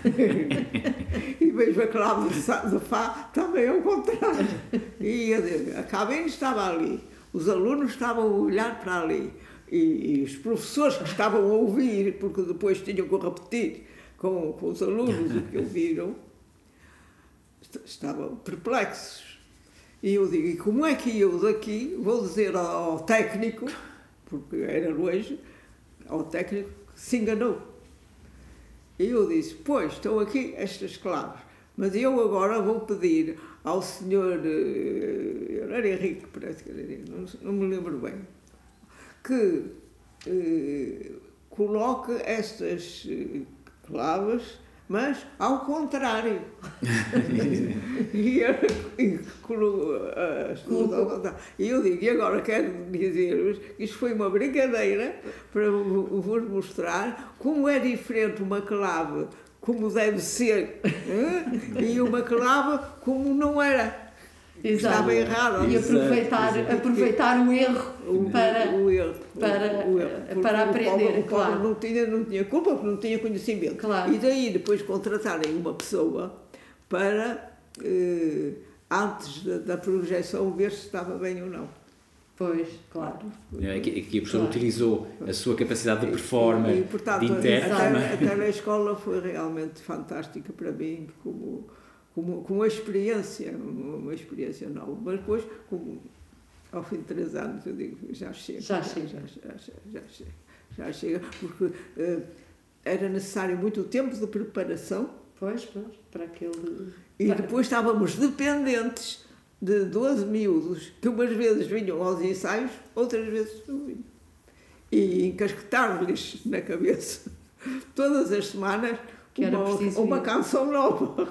E vejo a clave de Fá também ao contrário. E eu digo, a cabine estava ali, os alunos estavam a olhar para ali, e, e os professores que estavam a ouvir, porque depois tinham que repetir com, com os alunos o que ouviram, estavam perplexos. E eu digo, e como é que eu daqui vou dizer ao, ao técnico, porque era longe, ao técnico que se enganou. E eu disse, pois, estão aqui estas claves, mas eu agora vou pedir ao senhor, era Henrique, parece que era Henrique, não, não me lembro bem, que eh, coloque estas claves, mas ao contrário. e, eu, e, e eu digo, e agora quero dizer-vos que isto foi uma brincadeira para vos mostrar como é diferente uma clave como deve ser e uma clave como não era. Exato. Estava errado. E aproveitar, Exato. aproveitar o erro o, para, o erro, para, o erro. para aprender. O pobre, claro. o pobre não, tinha, não tinha culpa, porque não tinha conhecimento. Claro. E daí depois contratarem uma pessoa para, eh, antes da, da projeção, ver se estava bem ou não. Pois, claro. É, que, que a professora claro. utilizou a sua capacidade de performance, e, e, portanto, de intérprete. A telescola foi realmente fantástica para mim, como, como, como uma experiência, uma, uma experiência nova. Mas depois, como, ao fim de três anos, eu digo, já chega. Já chega. Já, já, já, já chega, já chega, porque uh, era necessário muito tempo de preparação. Pois, pois, para aquele... E para... depois estávamos dependentes de doze miúdos, que umas vezes vinham aos ensaios, outras vezes não vinham. E encasquetar-lhes na cabeça, todas as semanas, que uma, uma canção nova.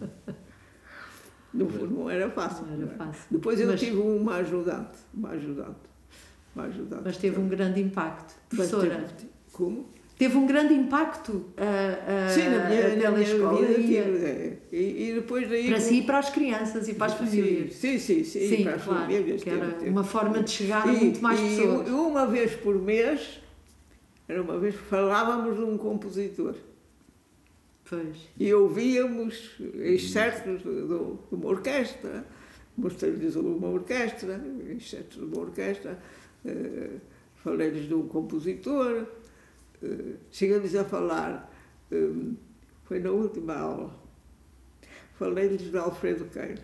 Não, não era fácil. Não era fácil. Depois eu mas, tive uma ajudante, uma ajudante, uma ajudante. Mas teve um grande impacto, professora. Teve, como? Teve um grande impacto a, a, Sim, na minha, a telescola. E, é. e, e depois daí... Para si e para as crianças e para as famílias. Sim, sim, sim. Sim, para as claro, famílias. que era teve, uma forma de chegar e, a muito mais e pessoas. E uma vez por mês, era uma vez, falávamos de um compositor. Pois. E ouvíamos excertos de, de, de uma orquestra, mostrei-lhes de uma orquestra, excertos de uma orquestra, uh, falei-lhes de um compositor, uh, cheguei-lhes a falar, um, foi na última aula, falei-lhes de Alfredo Queiro.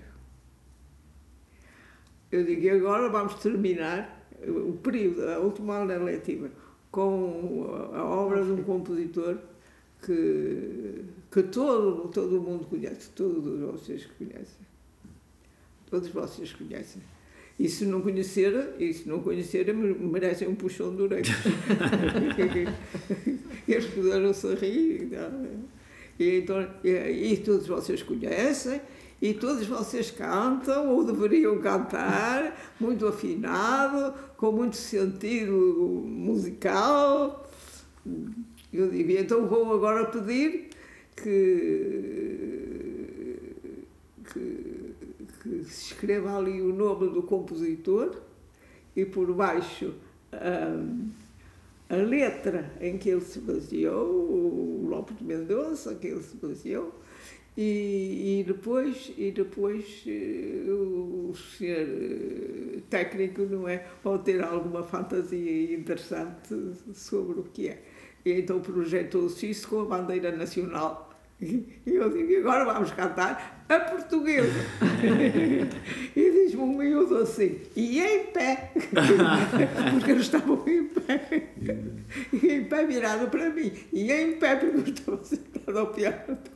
Eu digo, e agora vamos terminar o período, a última aula letiva, com a, a obra de um compositor que, que todo, todo o mundo conhece, todos vocês conhecem. Todos vocês conhecem. E se não conhecerem, e se não conhecerem, merecem um puxão de orelhas. Eles puderam-se rir. E, então, e, e todos vocês conhecem, e todos vocês cantam, ou deveriam cantar, muito afinado, com muito sentido musical. Eu digo, então vou agora pedir que, que, que se escreva ali o nome do compositor e por baixo a, a letra em que ele se baseou, o Lopes de Mendonça, que ele se baseou, e, e depois, e depois o senhor técnico, não é, pode ter alguma fantasia interessante sobre o que é. E então projetou-se isso com a bandeira nacional. E eu digo, agora vamos cantar a portuguesa. E diz-me um miúdo assim, e em pé. Porque eles estavam em pé. E em pé virado para mim. E em pé porque eu estava sentado ao piano.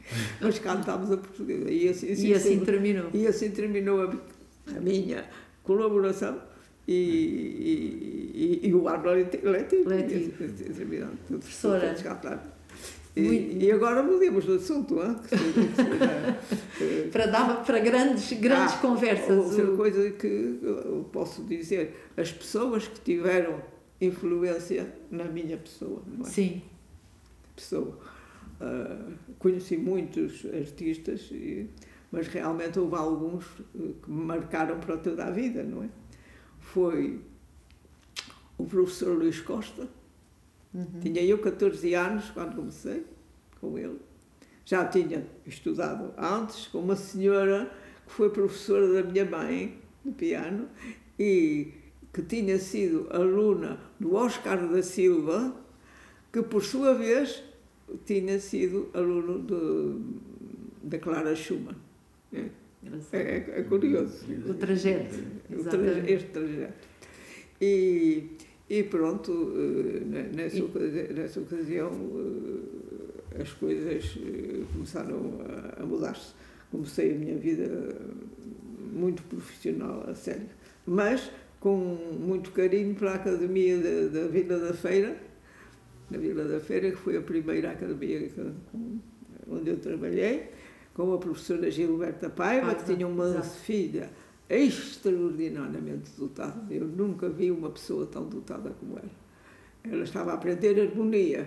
mas cantámos a portuguesa. E assim, assim, E assim sempre, terminou. E assim terminou a, a minha colaboração e, e, e, e o ano letivo. Letivo. Professora. E, e agora mudemos do assunto, hein? Que se, que se, para dar para grandes, grandes ah, pessoas. Outra coisa que eu posso dizer, as pessoas que tiveram influência na minha pessoa, não é? Sim. Pessoa. Uh, conheci muitos artistas, e, mas realmente houve alguns que me marcaram para toda a vida, não é? Foi o professor Luís Costa. Uhum. Tinha eu catorze anos quando comecei com ele. Já tinha estudado antes com uma senhora que foi professora da minha mãe de piano e que tinha sido aluna do Oscar da Silva, que por sua vez tinha sido aluno de, da Clara Schumann. É, é, é curioso. O trajeto. O traje, este trajeto. E, e pronto, nessa, e... Ocasião, nessa ocasião as coisas começaram a mudar-se. Comecei a minha vida muito profissional, a sério. Mas com muito carinho para a Academia da, da Vila da Feira, na Vila da Feira, que foi a primeira academia onde eu trabalhei, com a professora Gilberta Paiva, ah, que tinha uma exato. filha extraordinariamente dotada. Eu nunca vi uma pessoa tão dotada como ela. Ela estava a aprender harmonia.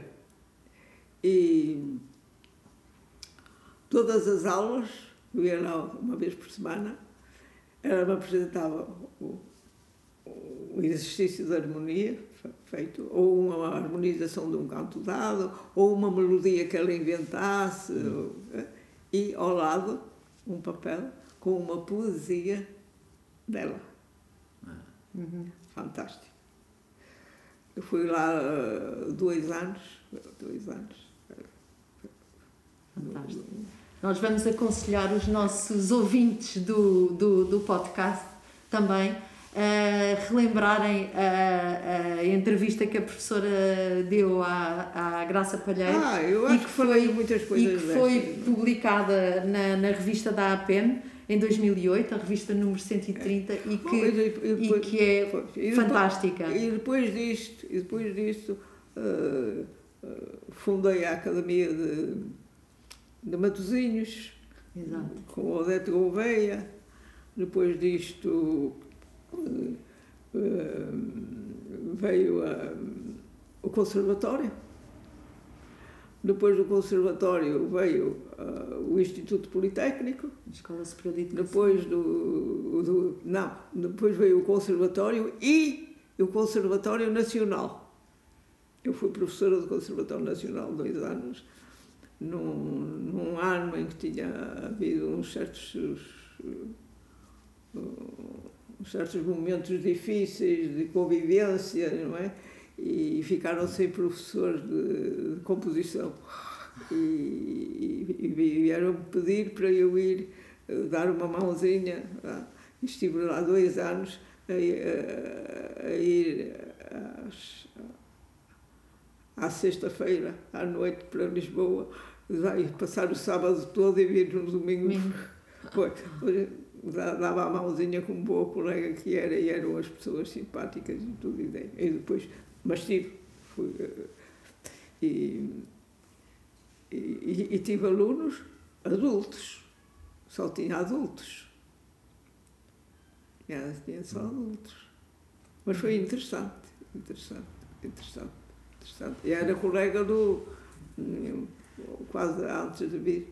E todas as aulas, eu ia lá uma vez por semana, ela me apresentava o, o exercício de harmonia feito, ou uma harmonização de um canto dado, ou uma melodia que ela inventasse, uhum. E ao lado um papel com uma poesia dela. Uhum. Fantástico. Eu fui lá uh, dois anos, dois anos. Fantástico. Nós vamos aconselhar os nossos ouvintes do, do, do podcast também a relembrarem a, a entrevista que a professora deu à, à Graça Palheiro. Ah, eu acho e que, que foi muitas coisas e que foi dessas. publicada na, na revista da A P E N em dois mil e oito, a revista número cento e trinta, é. e, que, Bom, e, depois, e que é foi, e depois, fantástica. E depois disto, e depois disto uh, uh, fundei a Academia de, de Matosinhos, Exato. Com o Odete Gouveia. Depois disto Uh, uh, veio uh, o conservatório. Depois do conservatório veio uh, o Instituto Politécnico. Escola Superior de Educação. Depois do, do não, depois veio o conservatório e o Conservatório Nacional. Eu fui professora do Conservatório Nacional dois anos, num, num ano em que tinha havido uns certos uh, certos momentos difíceis de convivência, não é? E ficaram sem professores de, de composição. E, e, e vieram-me pedir para eu ir uh, dar uma mãozinha. Tá? Estive lá dois anos a, a, a ir às, à sexta-feira, à noite, para Lisboa, e passar o sábado todo e vir no domingo. Foi, foi, dava a mãozinha com uma boa colega que era, e eram as pessoas simpáticas e tudo, e, e depois, mas tive, fui, e, e, e tive alunos adultos, só tinha adultos, e tinha só adultos, mas foi interessante, interessante, interessante, interessante, e era colega do, quase antes de vir,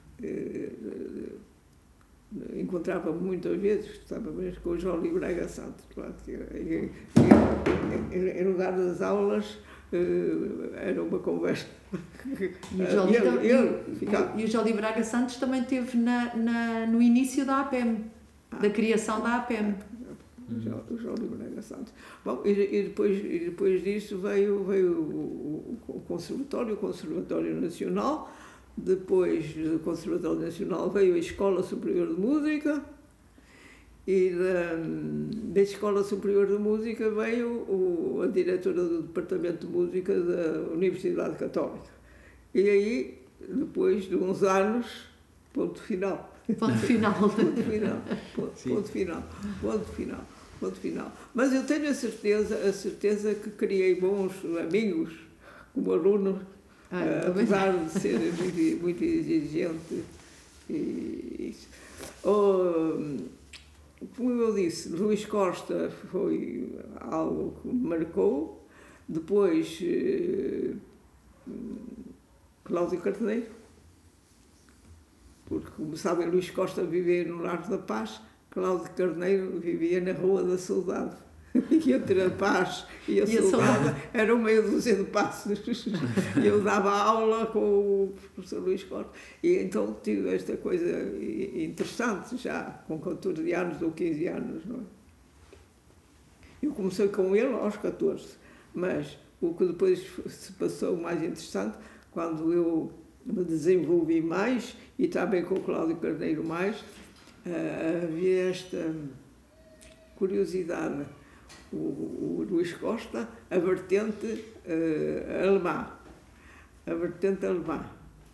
encontrava muitas vezes, estava mesmo com o João Braga Santos, claro, que era, e, e, em lugar das aulas era uma conversa. E o Jolie, ele, ele, ficava... e o Jolie Braga Santos também esteve na, na, no início da A P E M, ah, da criação da A P E M. O Jolie Braga Santos. Bom, e, e, depois, e depois disso veio, veio o, o Conservatório, o Conservatório Nacional. Depois do Conservatório Nacional veio a Escola Superior de Música, e da, da Escola Superior de Música veio o, a diretora do Departamento de Música da Universidade Católica. E aí depois de uns anos, ponto final. Ponto final. Ponto final. Ponto, ponto final. Ponto final. Ponto final. Mas eu tenho a certeza, a certeza que criei bons amigos como aluno, ah, uh, apesar de ser muito, muito exigente. E, oh, como eu disse, Luís Costa foi algo que me marcou. Depois, uh, Cláudio Carneiro, porque, como sabem, Luís Costa vivia no Largo da Paz, Cláudio Carneiro vivia na Rua da Saudade. E entre a Paz e a, e a Saudade, saudade era meia dúzia de passos. Eu dava aula com o professor Luís Costa. E então tive esta coisa interessante, já com catorze anos ou quinze anos. Não é? Eu comecei com ele aos catorze, mas o que depois se passou mais interessante, quando eu me desenvolvi mais, e também com o Cláudio Carneiro mais, uh, havia esta curiosidade. O, o Luís Costa, a vertente uh, alemã, a vertente alemã,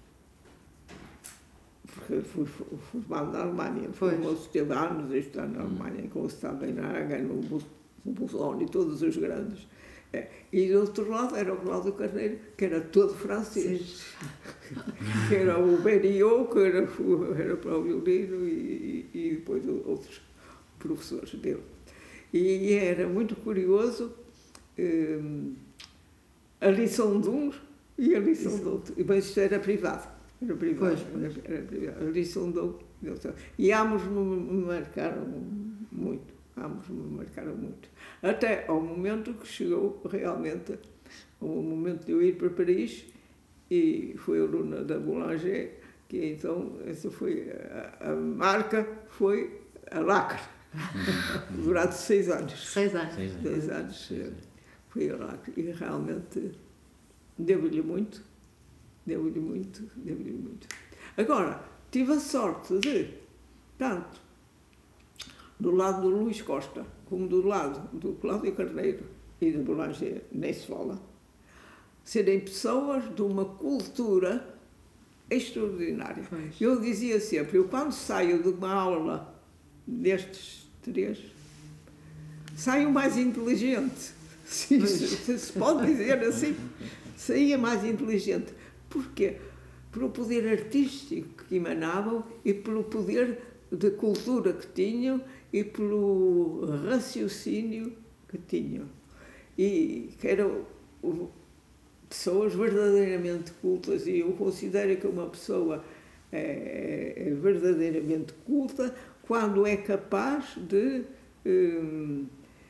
porque fui formado na Alemanha, formou-se, teve anos a estudar na Alemanha, com o Staudenhagen, no Busoni e todos os grandes. É. E do outro lado era o Cláudio Carneiro, que era todo francês, que era o Beriot, que era, era para o violino, e, e depois outros professores dele. E era muito curioso um, a lição de uns e a lição Isso. de outros. Mas isto era privado. Era privado. Pois, pois. Era, era privado. A lição de outros. E ambos me marcaram muito. Ambos me marcaram muito. Até ao momento que chegou realmente o momento de eu ir para Paris e fui aluna da Boulanger, que então essa foi a, a marca, foi a Lacre. Durante seis anos. Seis anos. Seis anos. Seis anos. Seis anos. Fui lá e realmente devo-lhe muito. Devo-lhe muito. Devo-lhe muito. Agora, tive a sorte de, tanto do lado do Luís Costa, como do lado do Cláudio Carneiro e do Boulanger, nem se fala, serem pessoas de uma cultura extraordinária. Pois. Eu dizia sempre, eu quando saio de uma aula destes três, saio mais inteligente, se, se, se pode dizer assim, saía mais inteligente. Porquê? Pelo poder artístico que emanavam e pelo poder de cultura que tinham e pelo raciocínio que tinham. E que eram pessoas verdadeiramente cultas, e eu considero que uma pessoa é, é verdadeiramente culta quando é capaz de hum,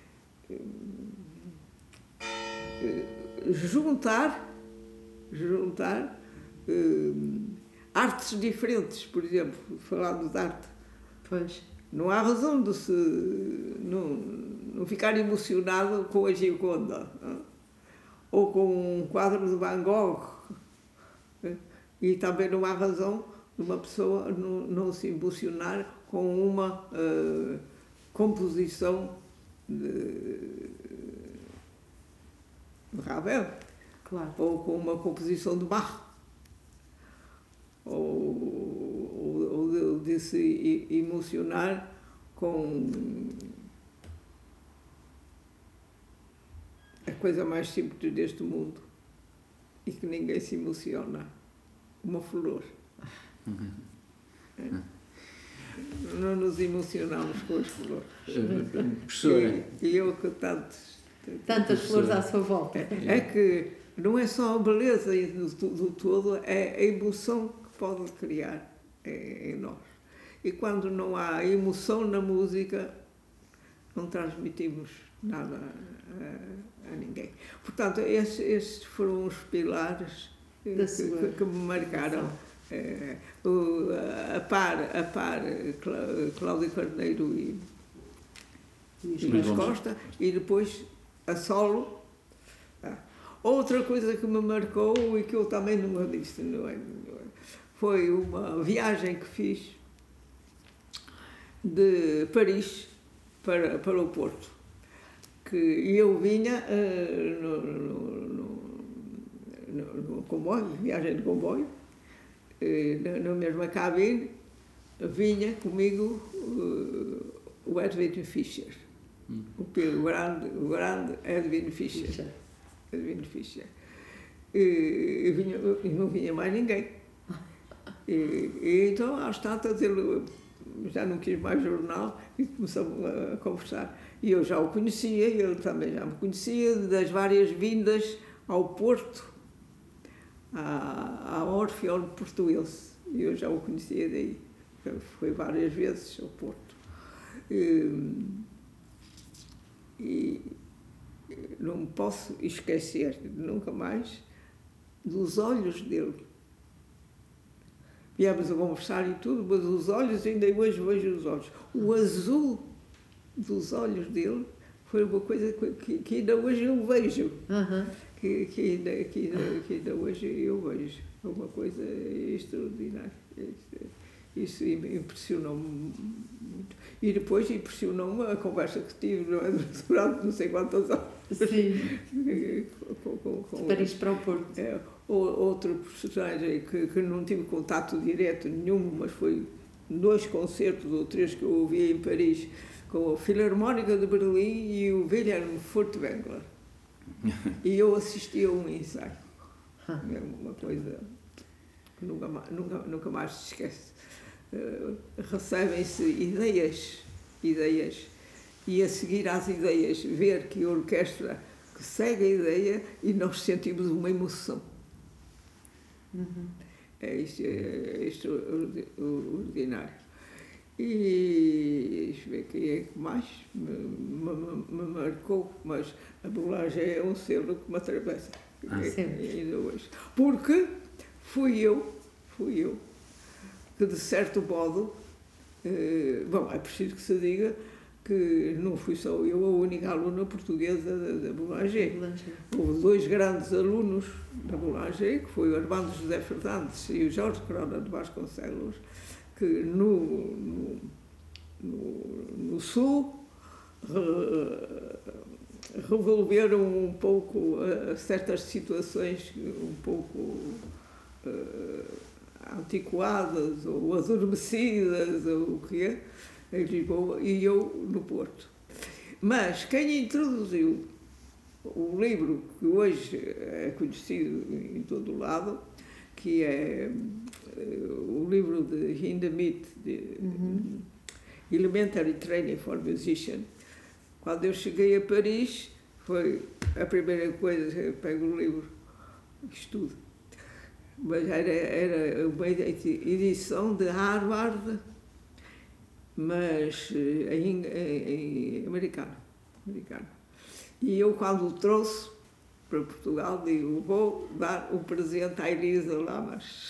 juntar, juntar hum, artes diferentes, por exemplo, falando de arte. Pois. Não há razão de se não, não ficar emocionado com a Gioconda, não? Ou com um quadro de Van Gogh. E também não há razão de uma pessoa não, não se emocionar com uma uh, composição de, de Ravel, claro. Ou com uma composição de Bach, ou, ou, ou de, de se emocionar com a coisa mais simples deste mundo e que ninguém se emociona, uma flor. Uhum. É. Não nos emocionamos com as flores. Professora. E, e eu que tantos, tantas flores à sua volta. É, é que não é só a beleza do, do todo, é a emoção que pode criar em nós. E quando não há emoção na música, não transmitimos nada a, a ninguém. Portanto, esses, esses foram os pilares que, que, que me marcaram. É, o, a par, a par Cláudio Carneiro e Luís Costa, e depois a solo. Ah. Outra coisa que me marcou e que eu também não me disse, não é, não é, foi uma viagem que fiz de Paris para, para o Porto, que eu vinha uh, no, no, no, no, no comboio, viagem de comboio, na, na mesma cabine, vinha comigo uh, o Edwin Fischer, hum. o, o, grande, o grande Edwin Fischer. Fischer. Edwin Fischer. E, e, vinha, e não vinha mais ninguém. E, e então, às tantas, ele já não quis mais jornal e começamos a conversar. E eu já o conhecia, ele também já me conhecia, das várias vindas ao Porto, à, à Orfeão Portuense. E eu já o conhecia daí. Foi várias vezes ao Porto. E, e não me posso esquecer, nunca mais, dos olhos dele. Viemos a conversar e tudo, mas os olhos, ainda hoje vejo os olhos. O azul dos olhos dele foi uma coisa que, que ainda hoje eu vejo. Uhum. Que, que, ainda, que, ainda, que ainda hoje eu vejo. É uma coisa extraordinária. Isso impressionou-me muito. E depois impressionou-me a conversa que tive durante não sei quantas horas. Sim. com, com, com, Paris para o Porto. É, outro personagem que, que não tive contato direto nenhum, mas foi dois concertos ou três que eu ouvi em Paris, com a Filarmónica de Berlim e o Wilhelm Furtwängler. E eu assisti a um ensaio. É uma coisa que nunca mais, nunca, nunca mais se esquece. Uh, recebem-se ideias, ideias, e a seguir às ideias, ver que a orquestra que segue a ideia e nós sentimos uma emoção. Uhum. É isto, é extraordinário. E deixa eu ver quem é que mais me, me, me marcou, mas a Boulanger é um selo que me atravessa. Ah, é, ainda hoje. Porque fui eu, fui eu, que de certo modo, eh, bom, é preciso que se diga que não fui só eu a única aluna portuguesa da, da Boulanger. Houve dois grandes alunos da Boulanger, que foi o Armando José Fernandes e o Jorge Corona de Vasconcelos, que no, no, no, no Sul re, revolveram um pouco uh, certas situações um pouco uh, antiquadas ou adormecidas, ou o que é, em Lisboa, e eu no Porto. Mas quem introduziu o livro que hoje é conhecido em todo o lado, que é uh, o livro de Hindemith, de uhum. Elementary Training for Musician, quando eu cheguei a Paris, foi a primeira coisa que eu pego o livro e estudo. Mas era, era uma edição de Harvard, mas em, em, em americano, americano. E eu, quando o trouxe para Portugal, digo, vou dar um presente à Elisa Lamas.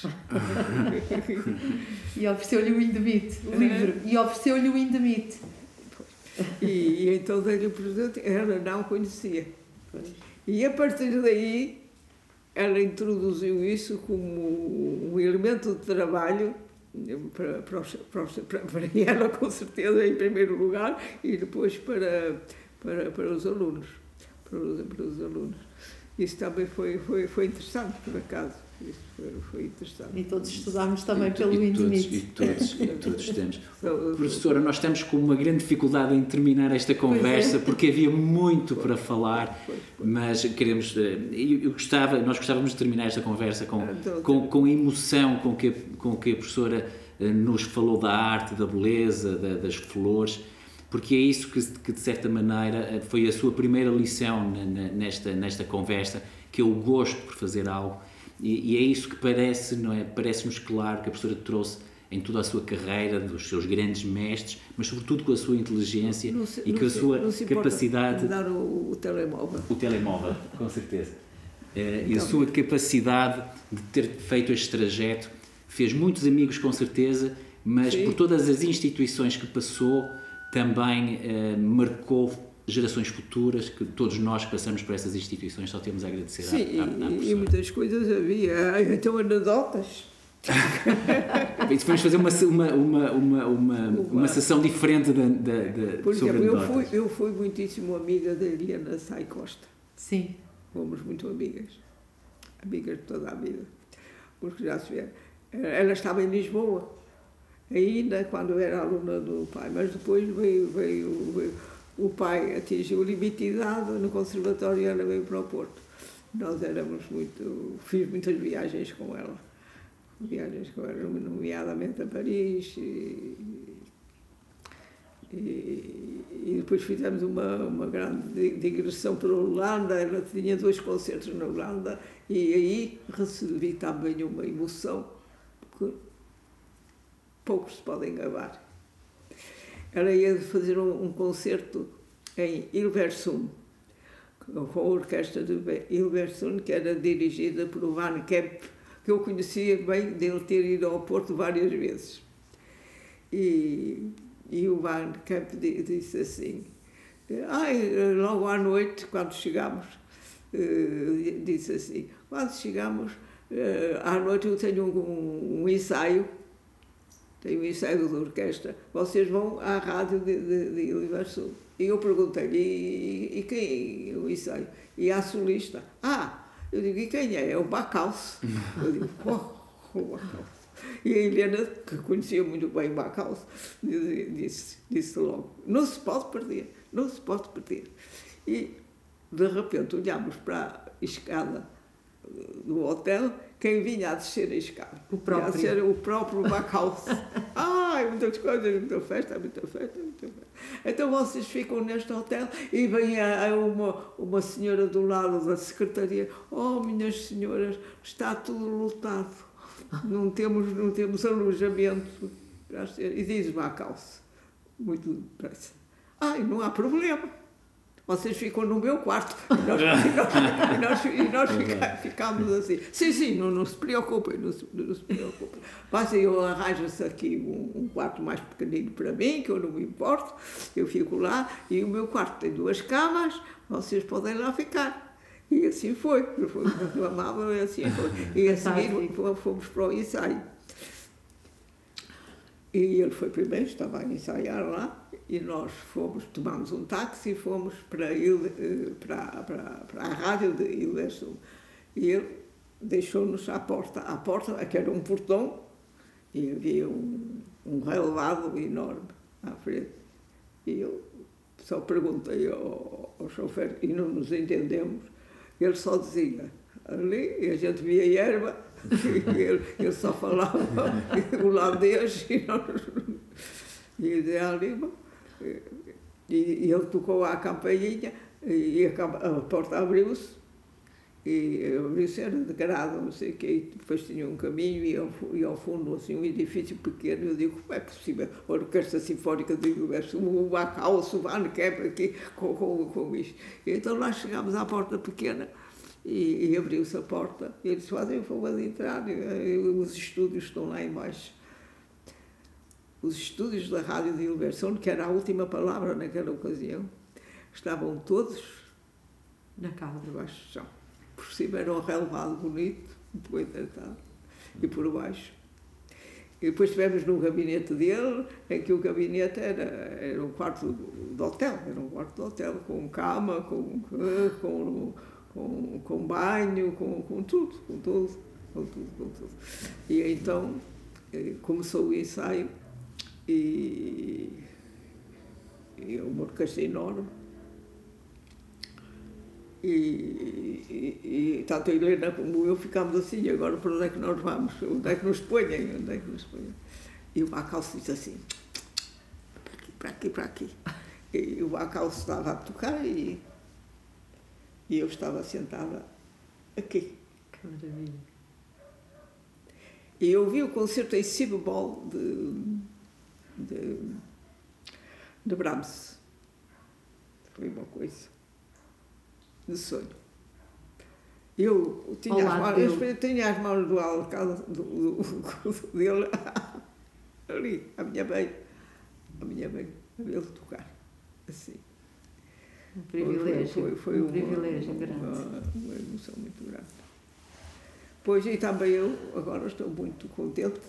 E ofereceu-lhe o Hindemith, o livro, e ofereceu-lhe o Hindemith. E, e então dei-lhe o presente, ela não conhecia. Pois. E a partir daí, ela introduziu isso como um elemento de trabalho para, para, os, para, os, para, para ela, com certeza, em primeiro lugar, e depois para, para, para os alunos. Para os, para os alunos. Isso também foi, foi, foi interessante, por acaso. Isso foi, foi interessante. E todos estudámos também e, pelo e Hindemith. E todos, e todos temos. Professora, nós estamos com uma grande dificuldade em terminar esta conversa, é. porque havia muito para falar, pois, pois. mas queremos, eu gostava, nós gostávamos de terminar esta conversa com, então, com, com a emoção com que, com que a professora nos falou da arte, da beleza, da, das flores, porque é isso que, que, de certa maneira, foi a sua primeira lição nesta, nesta conversa, que é o gosto por fazer algo. E, e é isso que parece, não é? Parece-nos claro que a professora trouxe em toda a sua carreira, dos seus grandes mestres, mas sobretudo com a sua inteligência não se, e com a se, sua capacidade... de dar o, o telemóvel. O telemóvel, com certeza. Uh, então, e a sua capacidade de ter feito este trajeto. Fez muitos amigos, com certeza, mas sim. por todas as instituições que passou, também uh, marcou gerações futuras, que todos nós que passamos por essas instituições só temos a agradecer. Sim, à, à, à professora. E muitas coisas havia, então anedotas. Vamos fazer uma, uma, uma, uma, uma, uma sessão diferente de, de, de, por sobre exemplo, anedotas. Eu fui, eu fui muitíssimo amiga da Eliana Sai Costa. Sim. Fomos muito amigas. Amigas de toda a vida. Porque já se vê. Ela estava em Lisboa, ainda quando eu era aluna do pai, mas depois veio, veio, veio o pai atingiu o limite de idade no conservatório e ela veio para o Porto. Nós éramos muito, fiz muitas viagens com ela, viagens com ela, nomeadamente a Paris, e, e, e depois fizemos uma, uma grande digressão para a Holanda. Ela tinha dois concertos na Holanda e aí recebi também uma emoção que poucos se podem gabar. Ela ia fazer um, um concerto em Hilversum, com a orquestra de Hilversum, que era dirigida por Van Kemp, que eu conhecia bem, dele ter ido ao Porto várias vezes. E, e o Van Kemp disse assim, ai, logo à noite, quando chegámos, disse assim, quando chegamos, à noite eu tenho um, um ensaio, tenho um ensaio da orquestra, vocês vão à rádio de, de, de Hilversum. E eu perguntei-lhe, e, e quem é o ensaio? E a solista, ah, eu digo, e quem é? É o Backhaus. Eu digo, oh, o Backhaus. E a Helena, que conhecia muito bem o Backhaus, disse, disse logo, não se pode perder, não se pode perder. E, de repente, olhámos para a escada do hotel, quem vinha a descer a escada. O próprio. Vinha a ser o próprio Backhaus. Ai, muitas coisas, muita festa, muita festa, muita festa. Então vocês ficam neste hotel e vem a, a uma, uma senhora do lado da secretaria. Oh, minhas senhoras, está tudo lotado. Não temos, não temos alojamento. E diz Backhaus, muito depressa. Ai, não há problema. Vocês ficam no meu quarto. E nós, e nós, e nós, e nós fica, ficámos assim. Sim, sim, não, não se preocupem, não se, não se preocupem. Mas eu arranjo-se aqui um, um quarto mais pequenino para mim, que eu não me importo. Eu fico lá e o meu quarto tem duas camas, vocês podem lá ficar. E assim foi. Foi muito amável e assim foi. E a seguir fomos para o ensaio. E ele foi primeiro, estava a ensaiar lá, e nós fomos, tomamos um táxi e fomos para, ele, para, para, para a rádio de Hilversum. E ele deixou-nos à porta, à porta, que era um portão, e havia um, um relevado enorme à frente. E eu só perguntei ao, ao chofer, e não nos entendemos, ele só dizia, ali, e a gente via erva, ele, ele só falava holandês e nós e ali, e, e ele tocou a campainha e a, a porta abriu-se e abriu-se, era de grado, não sei o quê, e depois tinha um caminho e ao, e ao fundo assim um edifício pequeno. Eu digo, como é possível a Orquestra Sinfónica de Hilversum, o Backhaus, o Van Kemp aqui com, com, com isto. E então lá chegámos à porta pequena. E, e abriu-se a porta e eles fazem o favor de entrar, e, os estúdios estão lá embaixo. Os estúdios da rádio de Hilversum, que era a última palavra naquela ocasião, estavam todos na casa, debaixo do chão. Por cima era um relevado bonito, muito bem tratado, e por baixo. E depois estivemos no gabinete dele, em que o gabinete era, era um quarto de hotel, era um quarto de hotel, com cama, com... com Com, com banho, com, com tudo, com tudo, com tudo, com tudo. E então começou o ensaio e, e uma orquestra enorme. E, e, e tanto a Helena como eu ficámos assim, agora para onde é que nós vamos? Onde é que nos ponham? Onde é que nos ponham? E o Backhaus disse assim, para aqui, para aqui, para aqui. E o Backhaus estava a tocar e E eu estava sentada aqui. Que maravilha. E eu vi o concerto em si bemol de, de, de Brahms. Foi uma coisa de sonho. Eu tinha, as mãos, eu tinha as mãos do alcalde do, do, do, dele ali, a minha mãe, a minha mãe, a vê-lo tocar, assim. Um privilégio, foi, foi, foi um uma, privilégio uma, grande. Uma, uma emoção muito grande. Pois, e também eu agora estou muito contente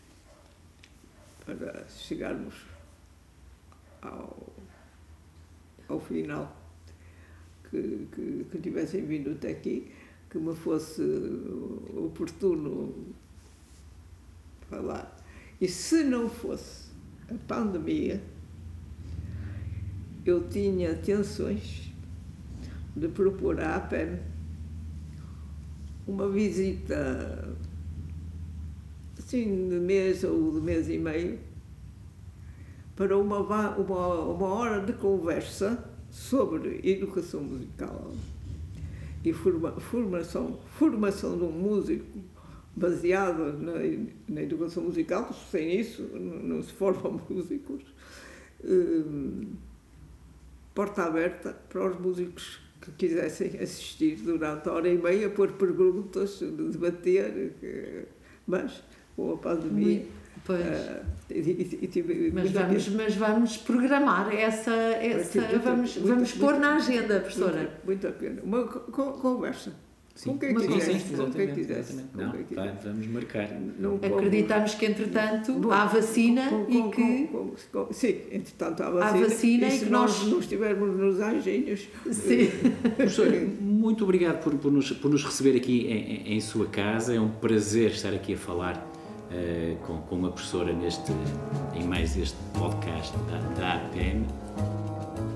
para chegarmos ao, ao final, que, que, que tivessem vindo até aqui, que me fosse oportuno falar. E se não fosse a pandemia, eu tinha tensões de propor à A P E M uma visita assim de mês ou de mês e meio para uma, uma, uma hora de conversa sobre educação musical e forma, formação, formação de um músico baseada na, na educação musical, porque sem isso não, não se formam músicos. Hum, porta aberta para os músicos que quisessem assistir durante a hora e meia, pôr perguntas, debater, que, mas com a pandemia. Pois. Uh, e, e, e tive, mas, vamos, mas vamos programar essa. essa muita, vamos muita, vamos muita, pôr na agenda, professora. Muito a pena. Uma co conversa. Sim. Com quem quiser. Com quem quiser. Não, vai, vamos marcar. Não, acreditamos que, entretanto, bom, há vacina com, com, e que. Com, com, com, sim, entretanto, há vacina. Há vacina e, e se que nós nós não estivermos nos anjinhos. Sim. Professor, muito obrigado por, por, nos, por nos receber aqui em, em sua casa. É um prazer estar aqui a falar uh, com, com uma professora neste, em mais este podcast da, da A P E M.